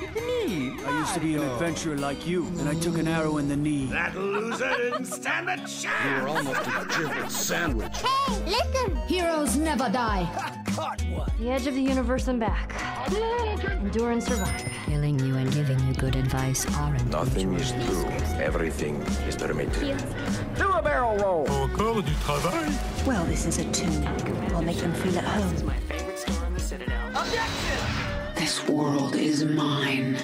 I used to be an adventurer like you, and I took an arrow in the knee. That loser didn't stand a chance! You were almost a jibble sandwich. Hey, listen! Heroes never die. Caught one. The edge of the universe and back. Endure and survive. Killing you and giving you good advice aren't Nothing mutually is true. Everything is permitted. Do a barrel roll. Encore du travail? Well, this is a tune. We'll make them feel at home. This is my favorite store in the Citadel. This world is mine.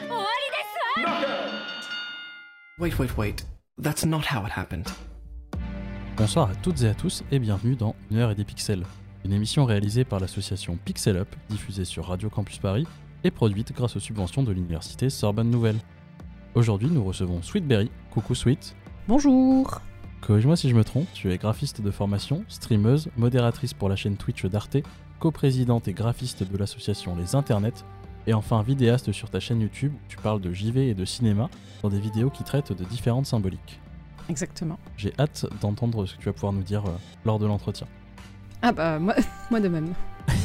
Wait. That's not how it happened. Bonsoir à toutes et à tous et bienvenue dans 1 heure et des pixels, une émission réalisée par l'association Pixel Up, diffusée sur Radio Campus Paris et produite grâce aux subventions de l'université Sorbonne Nouvelle. Aujourd'hui, nous recevons Sweetberry. Coucou Sweet. Bonjour. Corrige-moi si je me trompe, tu es graphiste de formation, streameuse, modératrice pour la chaîne Twitch d'Arte, coprésidente et graphiste de l'association Les Internets, et enfin vidéaste sur ta chaîne YouTube où tu parles de JV et de cinéma dans des vidéos qui traitent de différentes symboliques. Exactement. J'ai hâte d'entendre ce que tu vas pouvoir nous dire lors de l'entretien. Ah bah, moi de même.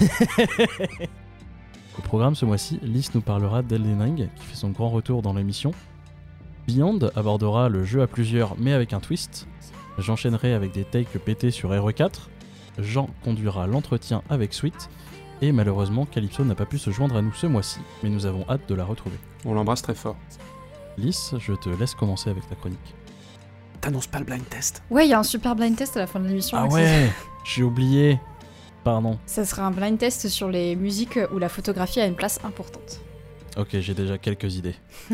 Au programme ce mois-ci, Lys nous parlera d'Elden Ring, qui fait son grand retour dans l'émission. Beyond abordera le jeu à plusieurs, mais avec un twist. J'enchaînerai avec des takes pétés sur RE4. Jean conduira l'entretien avec Sweet. Et malheureusement, Calypso n'a pas pu se joindre à nous ce mois-ci, mais nous avons hâte de la retrouver. On l'embrasse très fort. Lys, je te laisse commencer avec ta chronique. T'annonces pas le blind test? Ouais, il y a un super blind test à la fin de l'émission. Ah Maxime. ouais, j'ai oublié. Pardon. Ça sera un blind test sur les musiques où la photographie a une place importante. Ok, j'ai déjà quelques idées.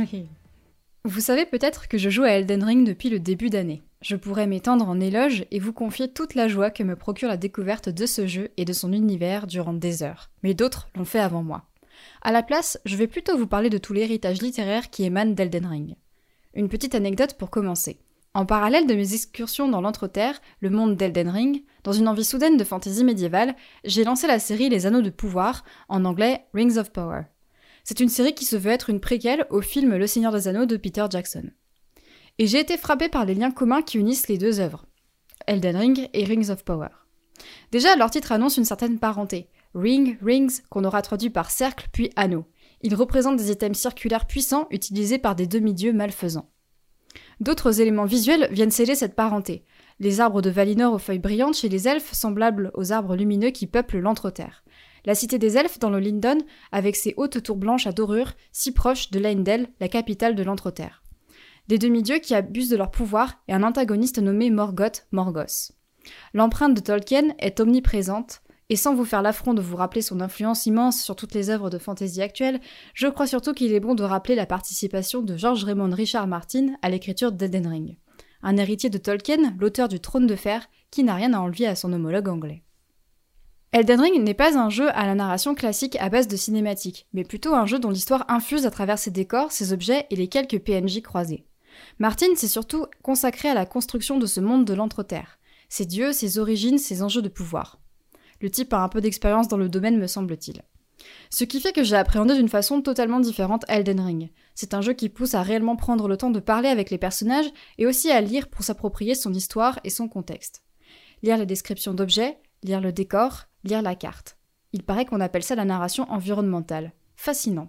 Vous savez peut-être que je joue à Elden Ring depuis le début d'année. Je pourrais m'étendre en éloge et vous confier toute la joie que me procure la découverte de ce jeu et de son univers durant des heures. Mais d'autres l'ont fait avant moi. À la place, je vais plutôt vous parler de tout l'héritage littéraire qui émane d'Elden Ring. Une petite anecdote pour commencer. En parallèle de mes excursions dans l'Entre-Terre, le monde d'Elden Ring, dans une envie soudaine de fantaisie médiévale, j'ai lancé la série Les Anneaux de Pouvoir, en anglais Rings of Power. C'est une série qui se veut être une préquelle au film Le Seigneur des Anneaux de Peter Jackson. Et j'ai été frappée par les liens communs qui unissent les deux œuvres, Elden Ring et Rings of Power. Déjà, leur titre annonce une certaine parenté. Rings, qu'on aura traduit par cercle puis anneau. Ils représentent des items circulaires puissants utilisés par des demi-dieux malfaisants. D'autres éléments visuels viennent sceller cette parenté. Les arbres de Valinor aux feuilles brillantes chez les elfes semblables aux arbres lumineux qui peuplent l'Entre-Terre. La cité des elfes dans le Lindon, avec ses hautes tours blanches à dorure, si proche de Leyndell, la capitale de l'Entre-Terre. Des demi-dieux qui abusent de leur pouvoir et un antagoniste nommé Morgoth. L'empreinte de Tolkien est omniprésente, et sans vous faire l'affront de vous rappeler son influence immense sur toutes les œuvres de fantasy actuelles, je crois surtout qu'il est bon de rappeler la participation de George Raymond Richard Martin à l'écriture d'Elden Ring. Un héritier de Tolkien, l'auteur du Trône de Fer, qui n'a rien à envier à son homologue anglais. Elden Ring n'est pas un jeu à la narration classique à base de cinématiques, mais plutôt un jeu dont l'histoire infuse à travers ses décors, ses objets et les quelques PNJ croisés. Martin s'est surtout consacré à la construction de ce monde de l'Entre-Terre, ses dieux, ses origines, ses enjeux de pouvoir. Le type a un peu d'expérience dans le domaine, me semble-t-il. Ce qui fait que j'ai appréhendé d'une façon totalement différente Elden Ring. C'est un jeu qui pousse à réellement prendre le temps de parler avec les personnages et aussi à lire pour s'approprier son histoire et son contexte. Lire les descriptions d'objets, lire le décor, lire la carte. Il paraît qu'on appelle ça la narration environnementale. Fascinant.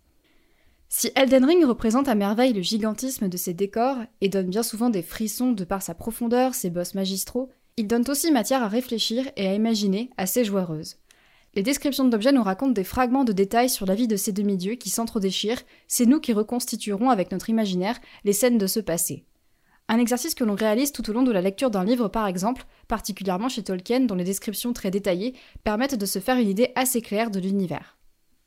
Si Elden Ring représente à merveille le gigantisme de ses décors et donne bien souvent des frissons de par sa profondeur, ses boss magistraux, il donne aussi matière à réfléchir et à imaginer, assez joyeuse. Les descriptions d'objets nous racontent des fragments de détails sur la vie de ces demi-dieux qui s'entredéchirent, c'est nous qui reconstituerons avec notre imaginaire les scènes de ce passé. Un exercice que l'on réalise tout au long de la lecture d'un livre par exemple, particulièrement chez Tolkien dont les descriptions très détaillées permettent de se faire une idée assez claire de l'univers.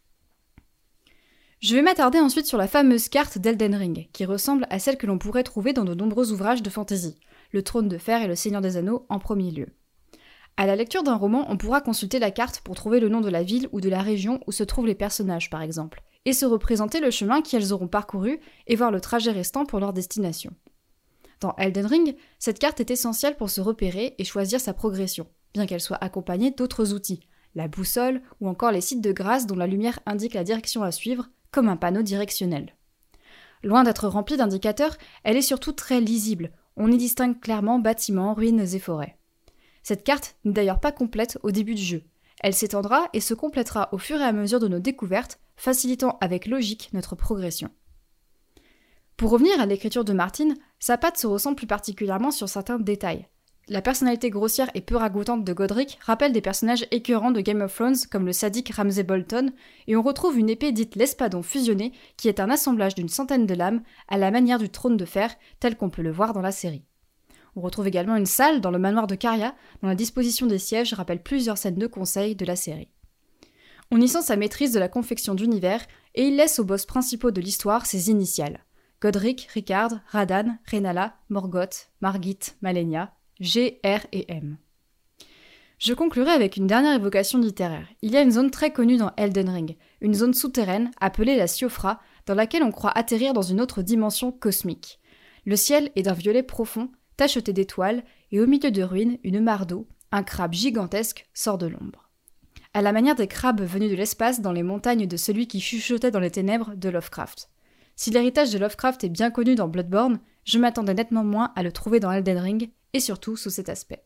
Je vais m'attarder ensuite sur la fameuse carte d'Elden Ring, qui ressemble à celle que l'on pourrait trouver dans de nombreux ouvrages de fantasy, Le Trône de Fer et Le Seigneur des Anneaux en premier lieu. À la lecture d'un roman, on pourra consulter la carte pour trouver le nom de la ville ou de la région où se trouvent les personnages par exemple, et se représenter le chemin qu'elles auront parcouru et voir le trajet restant pour leur destination. Dans Elden Ring, cette carte est essentielle pour se repérer et choisir sa progression, bien qu'elle soit accompagnée d'autres outils, la boussole ou encore les sites de grâce dont la lumière indique la direction à suivre, comme un panneau directionnel. Loin d'être remplie d'indicateurs, elle est surtout très lisible, on y distingue clairement bâtiments, ruines et forêts. Cette carte n'est d'ailleurs pas complète au début du jeu, elle s'étendra et se complétera au fur et à mesure de nos découvertes, facilitant avec logique notre progression. Pour revenir à l'écriture de Martin, sa patte se ressent plus particulièrement sur certains détails. La personnalité grossière et peu ragoûtante de Godric rappelle des personnages écœurants de Game of Thrones comme le sadique Ramsay Bolton, et on retrouve une épée dite l'espadon fusionnée qui est un assemblage d'une centaine de lames à la manière du trône de fer tel qu'on peut le voir dans la série. On retrouve également une salle dans le manoir de Caria dont la disposition des sièges rappelle plusieurs scènes de conseil de la série. On y sent sa maîtrise de la confection d'univers et il laisse aux boss principaux de l'histoire ses initiales. Godric, Ricard, Radan, Rennala, Morgoth, Margit, Malenia, G, R et M. Je conclurai avec une dernière évocation littéraire. Il y a une zone très connue dans Elden Ring, une zone souterraine appelée la Siofra, dans laquelle on croit atterrir dans une autre dimension cosmique. Le ciel est d'un violet profond, tacheté d'étoiles, et au milieu de ruines, une mare d'eau, un crabe gigantesque, sort de l'ombre. À la manière des crabes venus de l'espace dans les montagnes de celui qui chuchotait dans les ténèbres de Lovecraft. Si l'héritage de Lovecraft est bien connu dans Bloodborne, je m'attendais nettement moins à le trouver dans Elden Ring, et surtout sous cet aspect.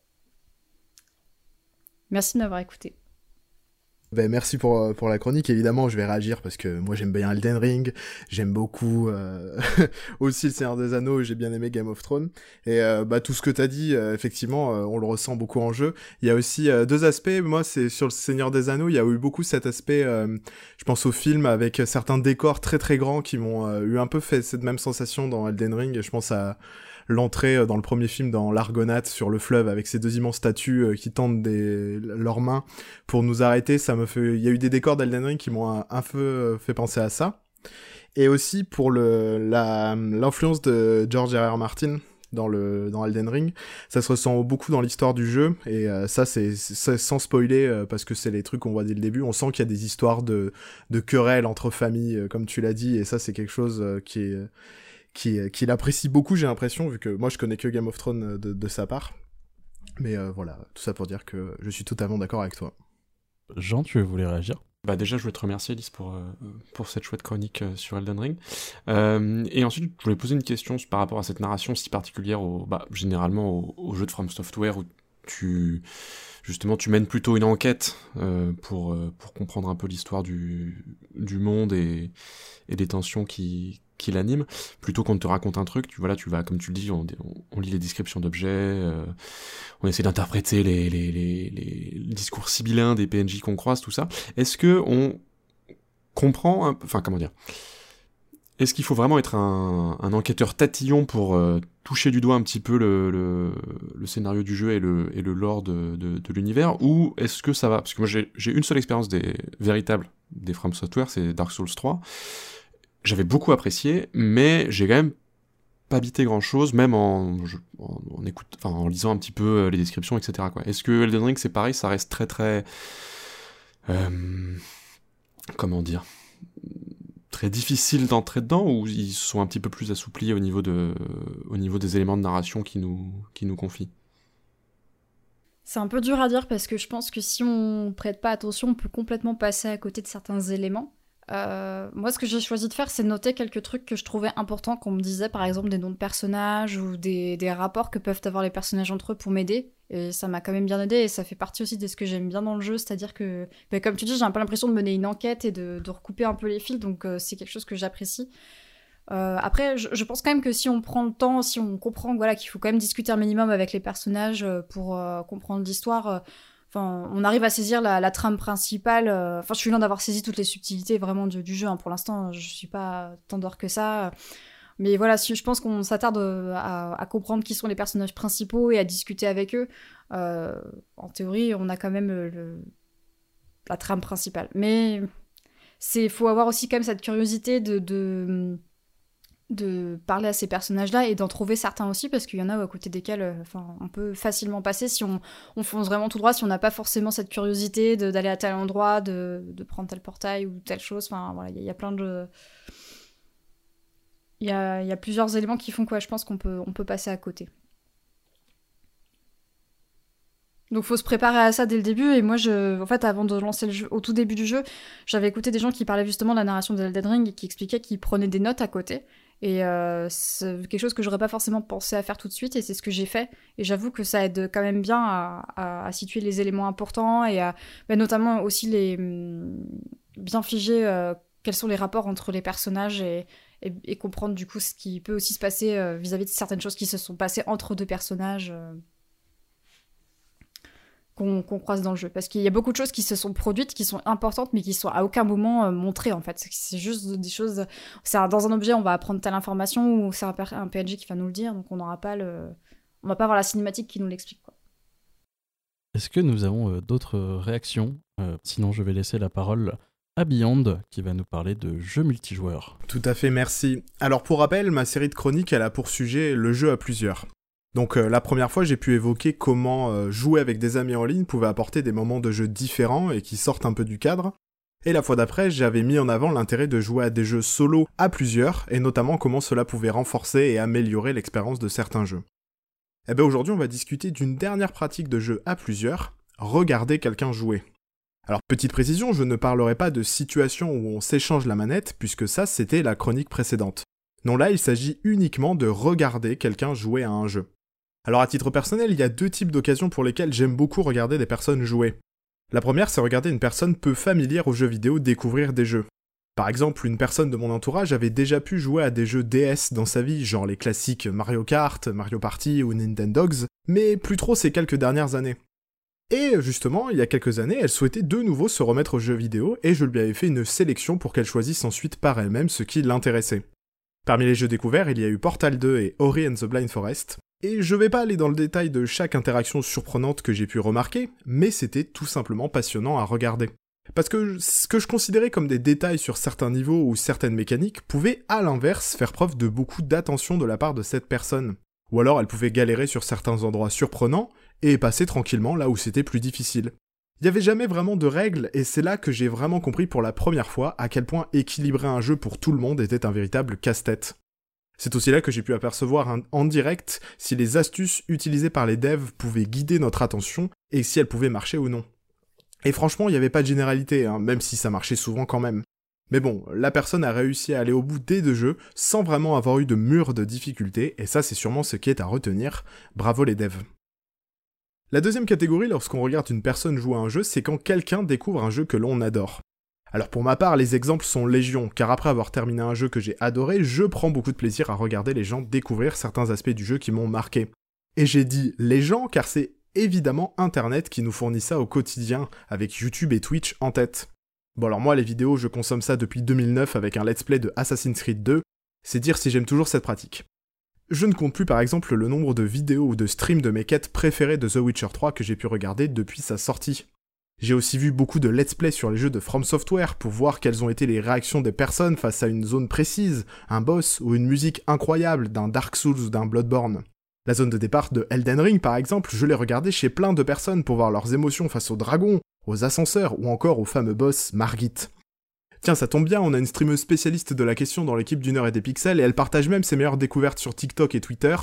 Merci de m'avoir écouté. Ben, merci pour la chronique, évidemment je vais réagir parce que moi j'aime bien Elden Ring, j'aime beaucoup aussi le Seigneur des Anneaux, j'ai bien aimé Game of Thrones, et tout ce que t'as dit, effectivement, on le ressent beaucoup en jeu. Il y a aussi deux aspects, moi c'est sur le Seigneur des Anneaux, il y a eu beaucoup cet aspect, je pense au film avec certains décors très très grands qui m'ont eu un peu fait cette même sensation dans Elden Ring, je pense à l'entrée dans le premier film dans l'Argonate sur le fleuve avec ces deux immenses statues qui tendent leurs mains pour nous arrêter, il y a eu des décors d'Elden Ring qui m'ont un peu fait penser à ça. Et aussi pour l'influence de George R.R. Martin dans Elden Ring, ça se ressent beaucoup dans l'histoire du jeu, et ça c'est sans spoiler parce que c'est les trucs qu'on voit dès le début, on sent qu'il y a des histoires de querelles entre familles comme tu l'as dit, et ça c'est quelque chose qu'il apprécie beaucoup, j'ai l'impression, vu que moi je connais que Game of Thrones de sa part. Mais voilà, tout ça pour dire que je suis totalement d'accord avec toi. Jean, tu voulais réagir ? Bah déjà, je voulais te remercier, Alice, pour cette chouette chronique sur Elden Ring. Et ensuite, je voulais poser une question par rapport à cette narration si particulière, généralement au jeu de From Software, où tu mènes plutôt une enquête pour comprendre un peu l'histoire du monde et des tensions qui l'anime, plutôt qu'on te raconte un truc, tu vas, comme tu le dis, on lit les descriptions d'objets, on essaie d'interpréter les discours sibyllins des PNJ qu'on croise, tout ça. Est-ce que on comprend, est-ce qu'il faut vraiment être un enquêteur tatillon pour toucher du doigt un petit peu le scénario du jeu et le lore de l'univers, ou est-ce que ça va? Parce que moi j'ai une seule expérience véritable des From Software, c'est Dark Souls 3. J'avais beaucoup apprécié, mais j'ai quand même pas bité grand-chose, même en lisant un petit peu les descriptions, etc., quoi. Est-ce que Elden Ring, c'est pareil, ça reste très très... très difficile d'entrer dedans, ou ils sont un petit peu plus assouplis au niveau des éléments de narration qui nous confient? C'est un peu dur à dire, parce que je pense que si on prête pas attention, on peut complètement passer à côté de certains éléments. Moi, ce que j'ai choisi de faire, c'est de noter quelques trucs que je trouvais importants, qu'on me disait, par exemple des noms de personnages ou des rapports que peuvent avoir les personnages entre eux pour m'aider, et ça m'a quand même bien aidé, et ça fait partie aussi de ce que j'aime bien dans le jeu, c'est-à-dire que, comme tu dis, j'ai un peu l'impression de mener une enquête et de recouper un peu les fils, donc c'est quelque chose que j'apprécie. Après, je pense quand même que si on prend le temps, si on comprend qu'il faut quand même discuter un minimum avec les personnages pour comprendre l'histoire, on arrive à saisir la trame principale. Je suis loin d'avoir saisi toutes les subtilités vraiment du jeu. Pour l'instant, je suis pas tant d'or que ça. Mais voilà, je pense qu'on s'attarde à comprendre qui sont les personnages principaux et à discuter avec eux. En théorie, on a quand même la trame principale. Mais faut avoir aussi quand même cette curiosité de parler à ces personnages-là et d'en trouver certains aussi, parce qu'il y en a à côté desquels on peut facilement passer si on fonce vraiment tout droit, si on n'a pas forcément cette curiosité d'aller à tel endroit, de prendre tel portail ou telle chose. Il y a plein de... Il y a plusieurs éléments qui font je pense qu'on peut passer à côté. Donc faut se préparer à ça dès le début, et moi avant de lancer le jeu, au tout début du jeu, j'avais écouté des gens qui parlaient justement de la narration de Elden Ring et qui expliquaient qu'ils prenaient des notes à côté, et c'est quelque chose que j'aurais pas forcément pensé à faire tout de suite, et c'est ce que j'ai fait, et j'avoue que ça aide quand même bien à situer les éléments importants, et notamment aussi bien figer quels sont les rapports entre les personnages et comprendre du coup ce qui peut aussi se passer vis-à-vis de certaines choses qui se sont passées entre deux personnages qu'on croise dans le jeu. Parce qu'il y a beaucoup de choses qui se sont produites, qui sont importantes, mais qui sont à aucun moment montrées, en fait. C'est juste des choses... dans un objet, on va apprendre telle information, ou c'est un PNJ qui va nous le dire, donc on n'aura pas on va pas avoir la cinématique qui nous l'explique, quoi. Est-ce que nous avons d'autres réactions sinon, je vais laisser la parole à Beyond, qui va nous parler de jeux multijoueurs. Tout à fait, merci. Alors pour rappel, ma série de chroniques, elle a pour sujet le jeu à plusieurs. Donc la première fois, j'ai pu évoquer comment jouer avec des amis en ligne pouvait apporter des moments de jeu différents et qui sortent un peu du cadre. Et la fois d'après, j'avais mis en avant l'intérêt de jouer à des jeux solo à plusieurs, et notamment comment cela pouvait renforcer et améliorer l'expérience de certains jeux. Et bien aujourd'hui, on va discuter d'une dernière pratique de jeu à plusieurs, regarder quelqu'un jouer. Alors petite précision, je ne parlerai pas de situation où on s'échange la manette, puisque ça c'était la chronique précédente. Non, là il s'agit uniquement de regarder quelqu'un jouer à un jeu. Alors à titre personnel, il y a 2 types d'occasions pour lesquelles j'aime beaucoup regarder des personnes jouer. La première, c'est regarder une personne peu familière aux jeux vidéo découvrir des jeux. Par exemple, une personne de mon entourage avait déjà pu jouer à des jeux DS dans sa vie, genre les classiques Mario Kart, Mario Party ou Nintendogs, mais plus trop ces quelques dernières années. Et justement, il y a quelques années, elle souhaitait de nouveau se remettre aux jeux vidéo, et je lui avais fait une sélection pour qu'elle choisisse ensuite par elle-même ce qui l'intéressait. Parmi les jeux découverts, il y a eu Portal 2 et Ori and the Blind Forest, et je vais pas aller dans le détail de chaque interaction surprenante que j'ai pu remarquer, mais c'était tout simplement passionnant à regarder. Parce que ce que je considérais comme des détails sur certains niveaux ou certaines mécaniques pouvaient à l'inverse faire preuve de beaucoup d'attention de la part de cette personne. Ou alors elle pouvait galérer sur certains endroits surprenants et passer tranquillement là où c'était plus difficile. Il n'y avait jamais vraiment de règles et c'est là que j'ai vraiment compris pour la première fois à quel point équilibrer un jeu pour tout le monde était un véritable casse-tête. C'est aussi là que j'ai pu apercevoir en direct si les astuces utilisées par les devs pouvaient guider notre attention et si elles pouvaient marcher ou non. Et franchement, il n'y avait pas de généralité, même si ça marchait souvent quand même. Mais bon, la personne a réussi à aller au bout des 2 jeux sans vraiment avoir eu de mur de difficulté, et ça c'est sûrement ce qui est à retenir. Bravo les devs. La deuxième catégorie lorsqu'on regarde une personne jouer à un jeu, c'est quand quelqu'un découvre un jeu que l'on adore. Alors pour ma part, les exemples sont légion, car après avoir terminé un jeu que j'ai adoré, je prends beaucoup de plaisir à regarder les gens découvrir certains aspects du jeu qui m'ont marqué. Et j'ai dit les gens car c'est évidemment Internet qui nous fournit ça au quotidien, avec YouTube et Twitch en tête. Bon alors moi les vidéos, je consomme ça depuis 2009 avec un let's play de Assassin's Creed 2, c'est dire si j'aime toujours cette pratique. Je ne compte plus par exemple le nombre de vidéos ou de streams de mes quêtes préférées de The Witcher 3 que j'ai pu regarder depuis sa sortie. J'ai aussi vu beaucoup de let's play sur les jeux de From Software pour voir quelles ont été les réactions des personnes face à une zone précise, un boss ou une musique incroyable d'un Dark Souls ou d'un Bloodborne. La zone de départ de Elden Ring par exemple, je l'ai regardée chez plein de personnes pour voir leurs émotions face aux dragons, aux ascenseurs ou encore au fameux boss Margit. Tiens, ça tombe bien, on a une streameuse spécialiste de la question dans l'équipe d'1 heure et des pixels et elle partage même ses meilleures découvertes sur TikTok et Twitter.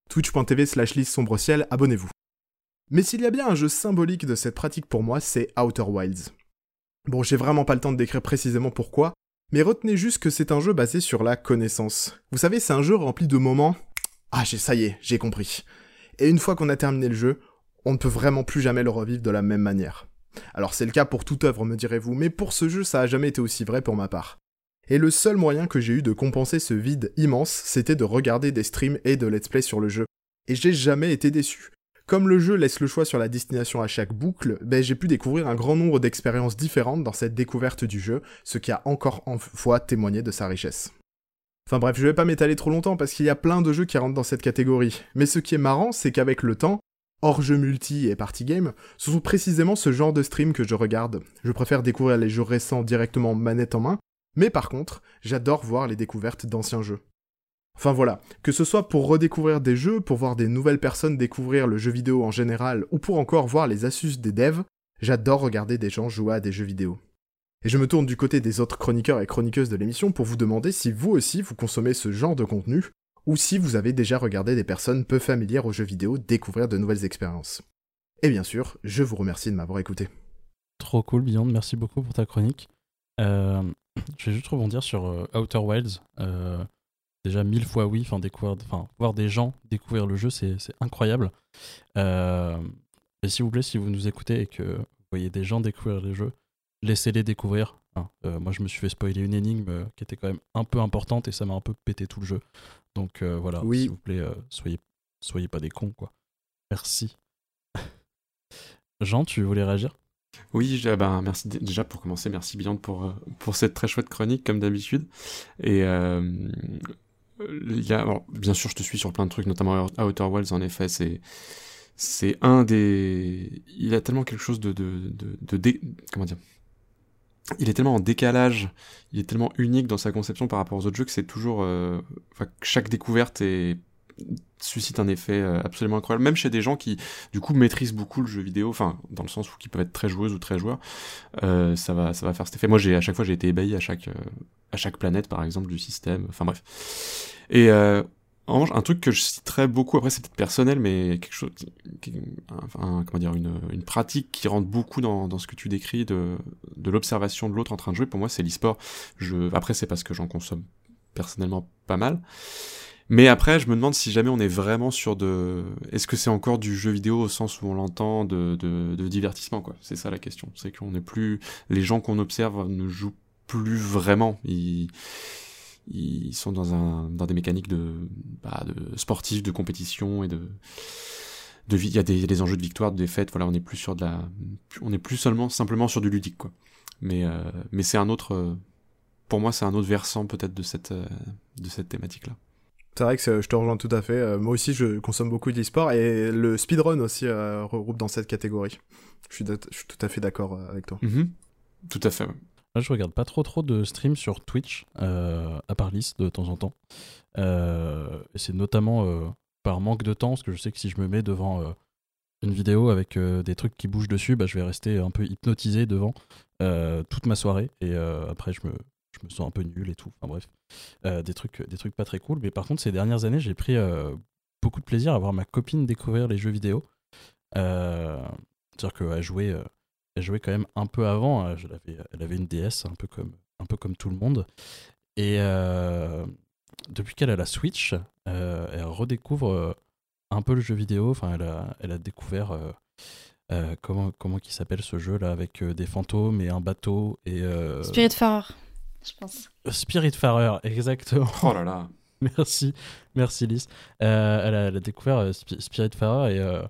twitch.tv/LysSombreCiel, abonnez-vous. Mais s'il y a bien un jeu symbolique de cette pratique pour moi, c'est Outer Wilds. Bon, j'ai vraiment pas le temps de décrire précisément pourquoi, mais retenez juste que c'est un jeu basé sur la connaissance. Vous savez, c'est un jeu rempli de moments... Ah, ça y est, j'ai compris. Et une fois qu'on a terminé le jeu, on ne peut vraiment plus jamais le revivre de la même manière. Alors c'est le cas pour toute œuvre, me direz-vous, mais pour ce jeu, ça a jamais été aussi vrai pour ma part. Et le seul moyen que j'ai eu de compenser ce vide immense, c'était de regarder des streams et de let's play sur le jeu. Et j'ai jamais été déçu. Comme le jeu laisse le choix sur la destination à chaque boucle, j'ai pu découvrir un grand nombre d'expériences différentes dans cette découverte du jeu, ce qui a encore une fois témoigné de sa richesse. Enfin bref, je vais pas m'étaler trop longtemps parce qu'il y a plein de jeux qui rentrent dans cette catégorie, mais ce qui est marrant, c'est qu'avec le temps, hors jeux multi et party game, ce sont précisément ce genre de stream que je regarde. Je préfère découvrir les jeux récents directement manette en main, mais par contre, j'adore voir les découvertes d'anciens jeux. Enfin voilà, que ce soit pour redécouvrir des jeux, pour voir des nouvelles personnes découvrir le jeu vidéo en général, ou pour encore voir les astuces des devs, j'adore regarder des gens jouer à des jeux vidéo. Et je me tourne du côté des autres chroniqueurs et chroniqueuses de l'émission pour vous demander si vous aussi vous consommez ce genre de contenu, ou si vous avez déjà regardé des personnes peu familières aux jeux vidéo découvrir de nouvelles expériences. Et bien sûr, je vous remercie de m'avoir écouté. Trop cool, Beyond, merci beaucoup pour ta chronique. Je vais juste rebondir sur Outer Wilds. Déjà 1000 fois oui, voir des gens découvrir le jeu, c'est incroyable. Et s'il vous plaît, si vous nous écoutez et que vous voyez des gens découvrir les jeux, laissez-les découvrir. hein. Moi, je me suis fait spoiler une énigme qui était quand même un peu importante et ça m'a un peu pété tout le jeu. Donc voilà, Oui. s'il vous plaît, soyez pas des cons, quoi. Merci. Jean, tu voulais réagir ? Oui, merci déjà pour commencer, merci Beyond pour cette très chouette chronique comme d'habitude. Et alors, bien sûr, je te suis sur plein de trucs, notamment Outer Worlds. En effet, c'est un des. Il a tellement quelque chose comment dire. Il est tellement en décalage, il est tellement unique dans sa conception par rapport aux autres jeux que c'est toujours. Chaque découverte suscite un effet absolument incroyable, même chez des gens qui du coup maîtrisent beaucoup le jeu vidéo, enfin dans le sens où qui peuvent être très joueuses ou très joueurs, ça va faire cet effet. Moi à chaque fois j'ai été ébahi à chaque planète par exemple du système, enfin bref. Et en revanche, un truc que je citerais beaucoup, après c'est peut-être personnel, mais quelque chose comment dire, une pratique qui rentre beaucoup dans ce que tu décris de l'observation de l'autre en train de jouer, pour moi c'est l'e-sport. Après c'est parce que j'en consomme personnellement pas mal. Mais après, je me demande si jamais on est vraiment sur est-ce que c'est encore du jeu vidéo au sens où on l'entend de divertissement, quoi. C'est ça la question. C'est qu'on n'est plus... Les gens qu'on observe ne jouent plus vraiment. Ils sont dans des mécaniques de sportifs, de compétition et il y a des enjeux de victoire, de défaite. Voilà, on n'est plus sur on n'est plus simplement sur du ludique, quoi. Mais c'est un autre... Pour moi, c'est un autre versant peut-être de cette thématique-là. C'est vrai que je te rejoins tout à fait. Moi aussi, je consomme beaucoup d'e-sport et le speedrun aussi regroupe dans cette catégorie. Je suis tout à fait d'accord avec toi. Mm-hmm. Tout à fait, ouais. Là, je regarde pas trop de streams sur Twitch, à part Lys de temps en temps. Et c'est notamment par manque de temps, parce que je sais que si je me mets devant une vidéo avec des trucs qui bougent dessus, je vais rester un peu hypnotisé devant toute ma soirée. Et après, je me sens un peu nul et tout. Enfin bref, des trucs pas très cool. Mais par contre, ces dernières années, j'ai pris beaucoup de plaisir à voir ma copine découvrir les jeux vidéo. C'est-à-dire qu'elle jouait quand même un peu avant. Elle avait une DS, un peu comme tout le monde. Et depuis qu'elle a la Switch, elle redécouvre un peu le jeu vidéo. Enfin, elle a découvert... comment qui s'appelle ce jeu là avec des fantômes et un bateau et Spiritfarer, je pense. Spiritfarer, exactement. Oh là là. Merci Lys. Elle a découvert Spiritfarer et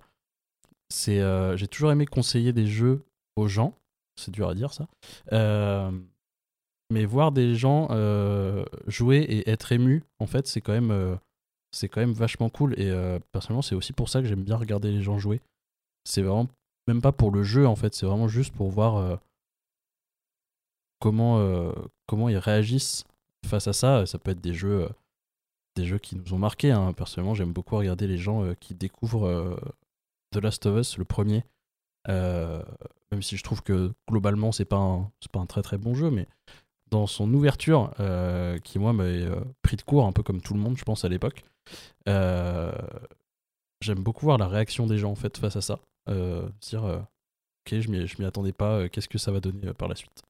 j'ai toujours aimé conseiller des jeux aux gens. C'est dur à dire ça. Mais voir des gens jouer et être émus, en fait, c'est quand même vachement cool. Et personnellement, c'est aussi pour ça que j'aime bien regarder les gens jouer. C'est vraiment même pas pour le jeu, en fait, c'est vraiment juste pour voir comment ils réagissent face à ça. Ça peut être des jeux qui nous ont marqués, hein. Personnellement, j'aime beaucoup regarder les gens qui découvrent The Last of Us, le premier. Même si je trouve que globalement, c'est pas un très très bon jeu, mais dans son ouverture, qui moi m'avait pris de court, un peu comme tout le monde, je pense, à l'époque, j'aime beaucoup voir la réaction des gens en fait face à ça. Dire ok, je m'y attendais pas, qu'est-ce que ça va donner par la suite.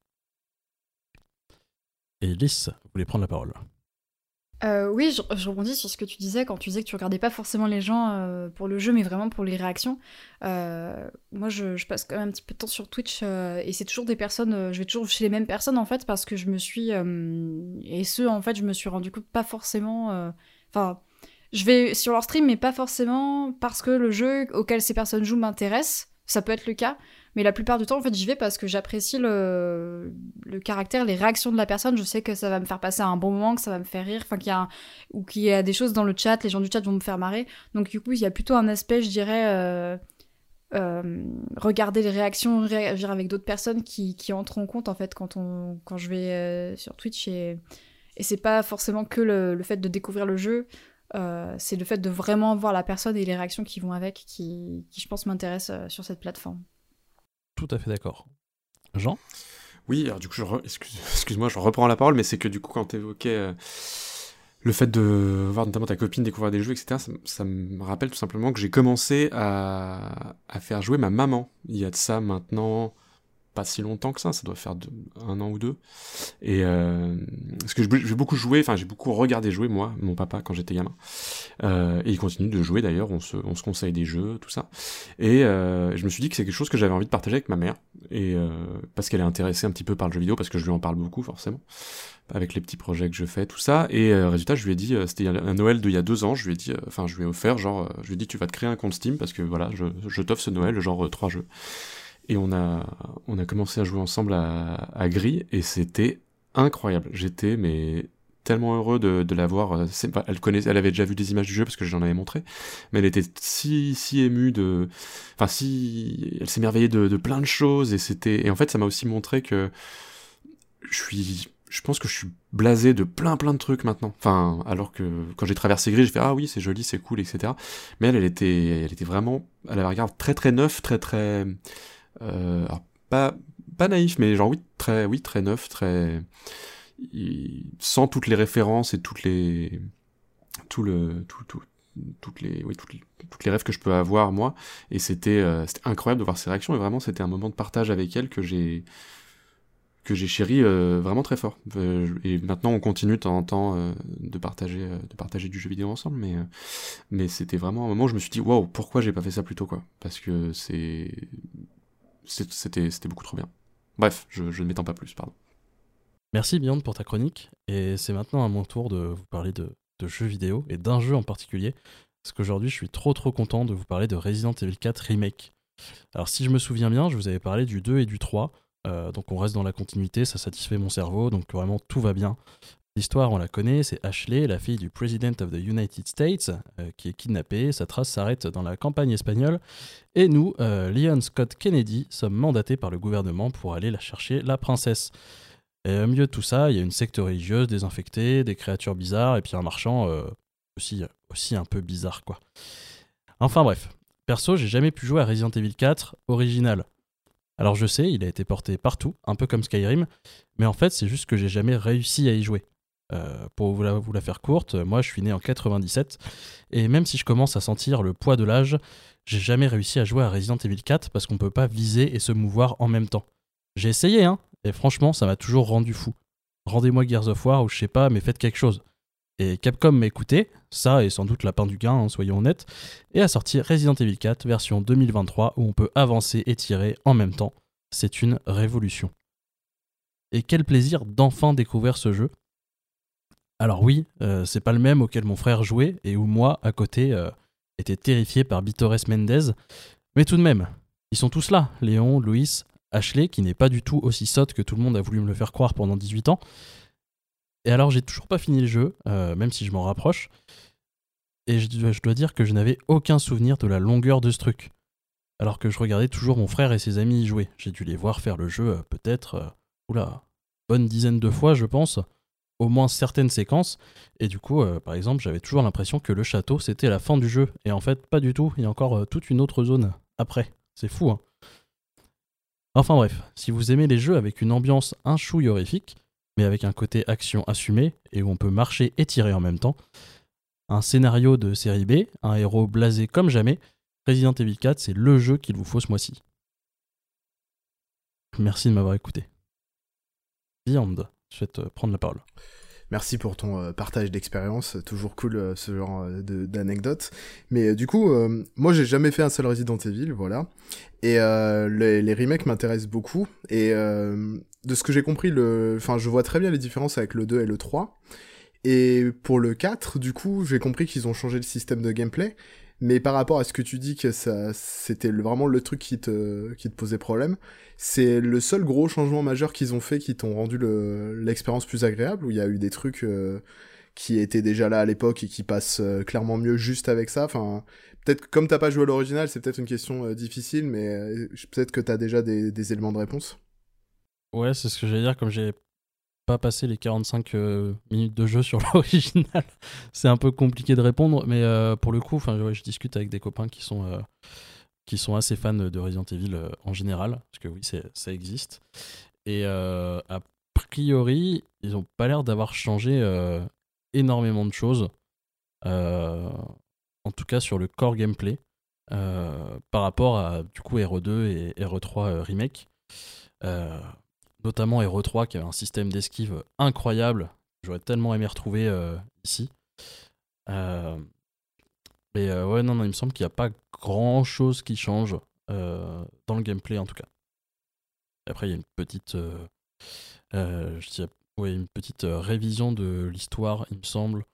Et Lys, vous voulez prendre la parole? Oui, je rebondis sur ce que tu disais quand tu disais que tu regardais pas forcément les gens pour le jeu, mais vraiment pour les réactions. Moi, je passe quand même un petit peu de temps sur Twitch et c'est toujours des personnes. Je vais toujours chez les mêmes personnes en fait parce que je me suis je me suis rendu compte pas forcément. Je vais sur leur stream, mais pas forcément parce que le jeu auquel ces personnes jouent m'intéresse. Ça peut être le cas, mais la plupart du temps, en fait, j'y vais parce que j'apprécie le caractère, les réactions de la personne. Je sais que ça va me faire passer un bon moment, que ça va me faire rire, qu'il y a des choses dans le chat, les gens du chat vont me faire marrer. Donc du coup, il y a plutôt un aspect, je dirais, regarder les réactions, réagir avec d'autres personnes qui entrent en compte, en fait, quand je vais sur Twitch. Et c'est pas forcément que le fait de découvrir le jeu, c'est le fait de vraiment voir la personne et les réactions qui vont avec qui je pense, m'intéressent sur cette plateforme. Tout à fait d'accord. Jean ? Oui, alors du coup, excuse-moi, je reprends la parole, mais c'est que du coup, quand tu évoquais le fait de voir notamment ta copine découvrir des jeux, etc., ça me rappelle tout simplement que j'ai commencé à faire jouer ma maman. Il y a de ça maintenant pas si longtemps que ça doit faire 1 an ou 2. Et parce que j'ai beaucoup joué, enfin j'ai beaucoup regardé jouer moi, mon papa quand j'étais gamin. Et il continue de jouer d'ailleurs, on se conseille des jeux, tout ça. Et je me suis dit que c'est quelque chose que j'avais envie de partager avec ma mère, et parce qu'elle est intéressée un petit peu par le jeu vidéo, parce que je lui en parle beaucoup forcément, avec les petits projets que je fais, tout ça. Et résultat, je lui ai dit, c'était un Noël d'il y a 2 ans, je lui ai offert, je lui ai dit tu vas te créer un compte Steam, parce que voilà, je t'offre ce Noël, genre 3 jeux. Et on a commencé à jouer ensemble à Gris, et c'était incroyable. J'étais tellement heureux de l'avoir. Elle avait déjà vu des images du jeu parce que j'en avais montré, mais elle était si émue elle s'émerveillait de plein de choses, et en fait ça m'a aussi montré que je pense que je suis blasé de plein de trucs maintenant. Enfin, alors que quand j'ai traversé Gris, j'ai fait ah oui, c'est joli, c'est cool, etc. Mais elle était vraiment, elle avait un regard très neuf, très alors pas naïf, mais genre très neuf, sans toutes les références et toutes les rêves que je peux avoir moi. Et c'était incroyable de voir ses réactions, et vraiment c'était un moment de partage avec elle que j'ai chéri vraiment très fort. Et maintenant on continue de temps en temps de partager du jeu vidéo ensemble, mais c'était vraiment un moment où je me suis dit waouh, pourquoi j'ai pas fait ça plus tôt, quoi, parce que c'était beaucoup trop bien. Bref, je ne m'étends pas plus, pardon. Merci Beyond pour ta chronique, et c'est maintenant à mon tour de vous parler de jeux vidéo, et d'un jeu en particulier, parce qu'aujourd'hui je suis trop content de vous parler de Resident Evil 4 Remake. Alors si je me souviens bien, je vous avais parlé du 2 et du 3, donc on reste dans la continuité, ça satisfait mon cerveau, donc vraiment tout va bien. L'histoire, on la connaît, c'est Ashley, la fille du President of the United States, qui est kidnappée. Sa trace s'arrête dans la campagne espagnole. Et nous, Leon Scott Kennedy, sommes mandatés par le gouvernement pour aller la chercher, la princesse. Et au milieu de tout ça, il y a une secte religieuse désinfectée, des créatures bizarres, et puis un marchand aussi un peu bizarre, quoi. Enfin bref, perso, j'ai jamais pu jouer à Resident Evil 4 original. Alors je sais, il a été porté partout, un peu comme Skyrim, mais en fait, c'est juste que j'ai jamais réussi à y jouer. Pour vous la faire courte, moi je suis né en 97, et même si je commence à sentir le poids de l'âge, j'ai jamais réussi à jouer à Resident Evil 4 parce qu'on peut pas viser et se mouvoir en même temps. J'ai essayé, hein, et franchement ça m'a toujours rendu fou. Rendez-moi Gears of War ou je sais pas, mais faites quelque chose. Et Capcom m'a écouté, ça est sans doute la pain du gain, hein, soyons honnêtes, et a sorti Resident Evil 4 version 2023 où on peut avancer et tirer en même temps. C'est une révolution. Et quel plaisir d'enfin découvrir ce jeu. Alors oui, c'est pas le même auquel mon frère jouait et où moi, à côté, était terrifié par Bitores Mendez. Mais tout de même, ils sont tous là, Léon, Louis, Ashley, qui n'est pas du tout aussi sotte que tout le monde a voulu me le faire croire pendant 18 ans. Et alors j'ai toujours pas fini le jeu, même si je m'en rapproche. Et je dois dire que je n'avais aucun souvenir de la longueur de ce truc. Alors que je regardais toujours mon frère et ses amis y jouer. J'ai dû les voir faire le jeu peut-être, bonne dizaine de fois je pense. Au moins certaines séquences, et du coup, par exemple, j'avais toujours l'impression que le château, c'était la fin du jeu, et en fait, pas du tout, il y a encore toute une autre zone après, c'est fou, hein. Enfin bref, si vous aimez les jeux avec une ambiance un chouille horrifique, mais avec un côté action assumé, et où on peut marcher et tirer en même temps, un scénario de série B, un héros blasé comme jamais, Resident Evil 4, c'est le jeu qu'il vous faut ce mois-ci. Merci de m'avoir écouté. Beyond, je vais te prendre la parole. Merci pour ton partage d'expérience, toujours cool ce genre d'anecdote. Mais du coup, moi j'ai jamais fait un seul Resident Evil, voilà. Et les remakes m'intéressent beaucoup. Et de ce que j'ai compris, je vois très bien les différences avec le 2 et le 3. Et pour le 4, du coup, j'ai compris qu'ils ont changé le système de gameplay. Mais par rapport à ce que tu dis que c'était vraiment le truc qui te posait problème, c'est le seul gros changement majeur qu'ils ont fait qui t'ont rendu l'expérience plus agréable, où il y a eu des trucs qui étaient déjà là à l'époque et qui passent clairement mieux juste avec ça. Enfin, peut-être comme t'as pas joué à l'original, c'est peut-être une question difficile, mais peut-être que t'as déjà des éléments de réponse. Ouais, c'est ce que j'allais dire, comme j'ai pas passé les 45 minutes de jeu sur l'original, c'est un peu compliqué de répondre, mais pour le coup, je discute avec des copains qui sont assez fans de Resident Evil en général, parce que oui, ça existe, et a priori, ils ont pas l'air d'avoir changé énormément de choses, en tout cas sur le core gameplay, par rapport à du coup RE2 et RE3 Remake. Notamment RE3 qui avait un système d'esquive incroyable. J'aurais tellement aimé retrouver ici. Mais ouais, non, il me semble qu'il n'y a pas grand chose qui change dans le gameplay en tout cas. Après, il y a une petite, une petite révision de l'histoire, il me semble,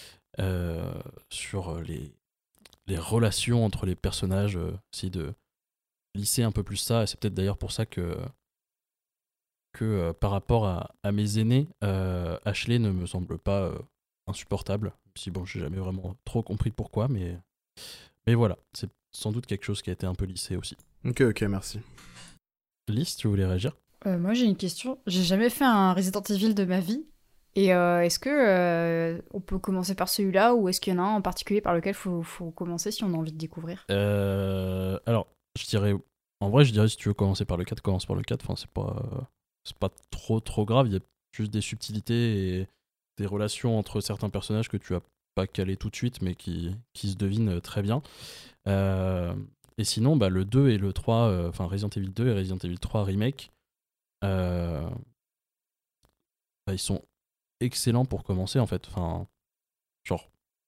sur les relations entre les personnages, essayer de lisser un peu plus ça. Et c'est peut-être d'ailleurs pour ça que par rapport à mes aînés, Ashley ne me semble pas insupportable. Si bon, j'ai jamais vraiment trop compris pourquoi, mais voilà, c'est sans doute quelque chose qui a été un peu lissé aussi. Ok, merci. Lys, tu voulais réagir ? Moi j'ai une question. J'ai jamais fait un Resident Evil de ma vie. Et est-ce que on peut commencer par celui-là ou est-ce qu'il y en a un en particulier par lequel faut commencer si on a envie de découvrir ? Alors, je dirais si tu veux commencer par le 4, commence par le 4. Enfin, c'est pas trop grave. Il y a juste des subtilités et des relations entre certains personnages que tu as pas calé tout de suite mais qui se devinent très bien. Et sinon, le 2 et le 3, enfin Resident Evil 2 et Resident Evil 3 Remake, ils sont excellents pour commencer en fait. Enfin, genre,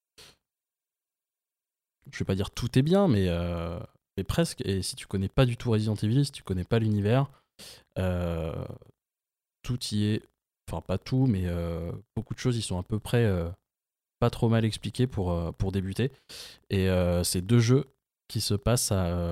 je vais pas dire tout est bien, mais presque. Et si tu connais pas du tout Resident Evil, si tu connais pas l'univers, tout y est. Enfin, pas tout, mais beaucoup de choses, ils sont à peu près pas trop mal expliqués pour débuter. Et c'est deux jeux qui se passent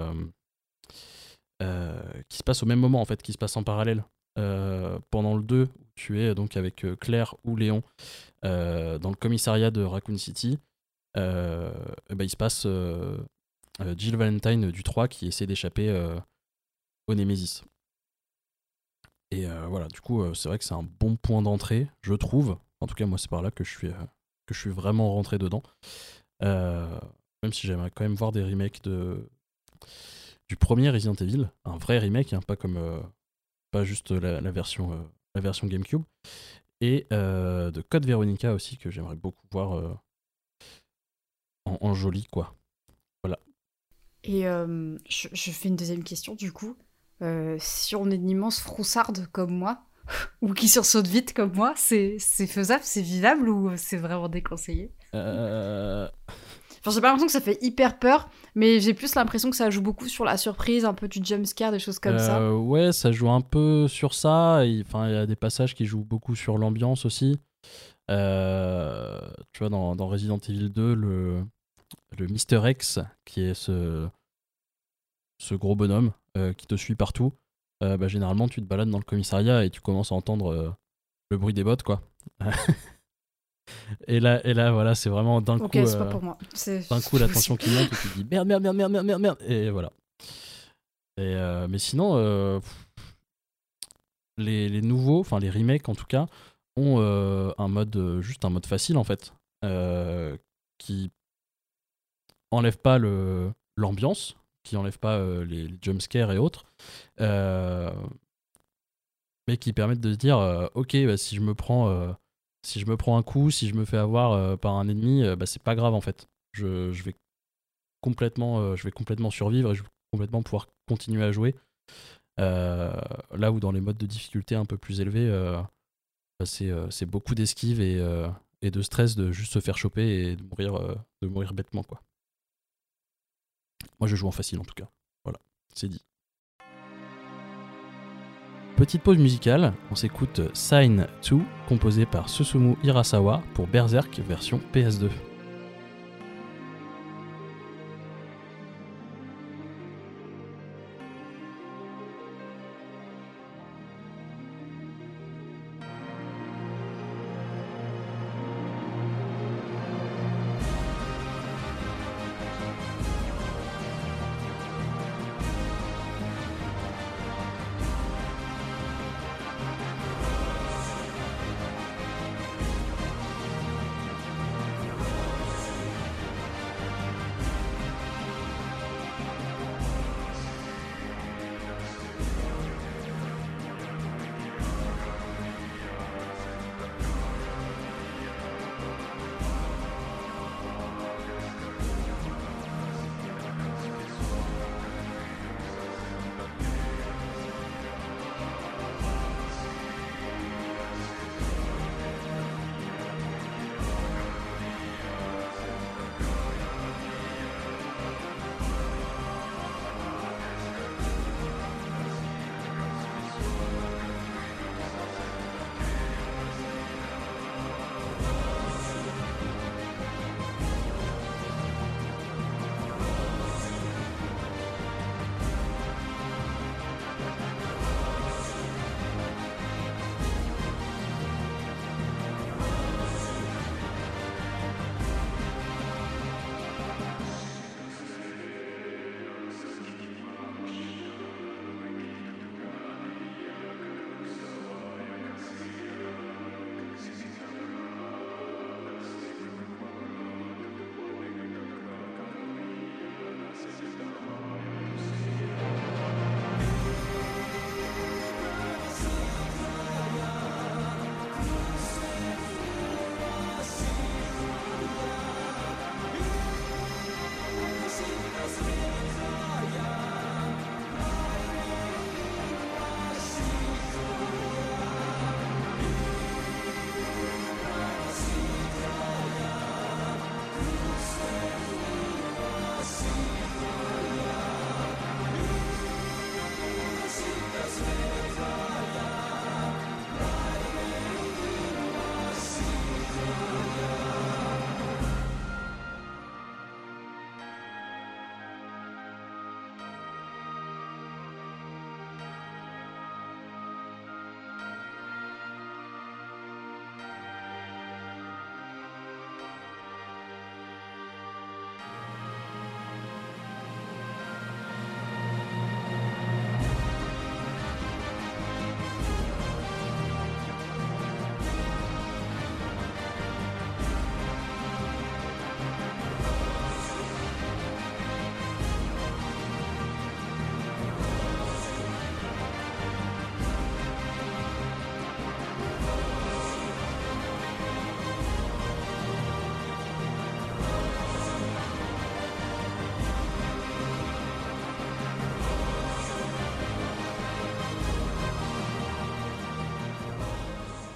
qui se passent au même moment en fait, qui se passent en parallèle. Pendant le 2, tu es donc avec Claire ou Léon dans le commissariat de Raccoon City. Il se passe Jill Valentine du 3 qui essaie d'échapper au Némésis. Et voilà, du coup, c'est vrai que c'est un bon point d'entrée, je trouve. En tout cas, moi, c'est par là que je suis vraiment rentré dedans. Même si j'aimerais quand même voir des remakes du premier Resident Evil, un vrai remake, hein, pas juste la version GameCube. Et de Code Veronica aussi, que j'aimerais beaucoup voir en joli, quoi. Voilà. Et je fais une deuxième question, du coup. Si on est une immense froussarde comme moi, ou qui sursaute vite comme moi, c'est faisable, c'est vivable ou c'est vraiment déconseillé ? Enfin, j'ai pas l'impression que ça fait hyper peur, mais j'ai plus l'impression que ça joue beaucoup sur la surprise, un peu du jumpscare, des choses comme ça. Ouais, ça joue un peu sur ça. Enfin, il y a des passages qui jouent beaucoup sur l'ambiance aussi. Tu vois, dans Resident Evil 2, le Mr. X, qui est ce gros bonhomme qui te suit partout, généralement tu te balades dans le commissariat et tu commences à entendre le bruit des bottes, quoi. et là voilà, c'est vraiment d'un coup c'est pas pour moi. D'un coup la tension qui monte et tu te dis merde et voilà. Et mais sinon les nouveaux, enfin les remakes en tout cas, ont un mode facile en fait, qui enlève pas l'ambiance, qui enlève pas les jumpscares et autres, mais qui permettent de se dire ok, si je me prends un coup, si je me fais avoir par un ennemi, c'est pas grave en fait. Je vais complètement survivre et je vais complètement pouvoir continuer à jouer. Là où dans les modes de difficulté un peu plus élevés, c'est beaucoup d'esquive et de stress de juste se faire choper et de mourir bêtement, quoi. Moi je joue en facile en tout cas. Voilà, c'est dit. Petite pause musicale, on s'écoute Sign 2, composé par Susumu Hirasawa pour Berserk version PS2.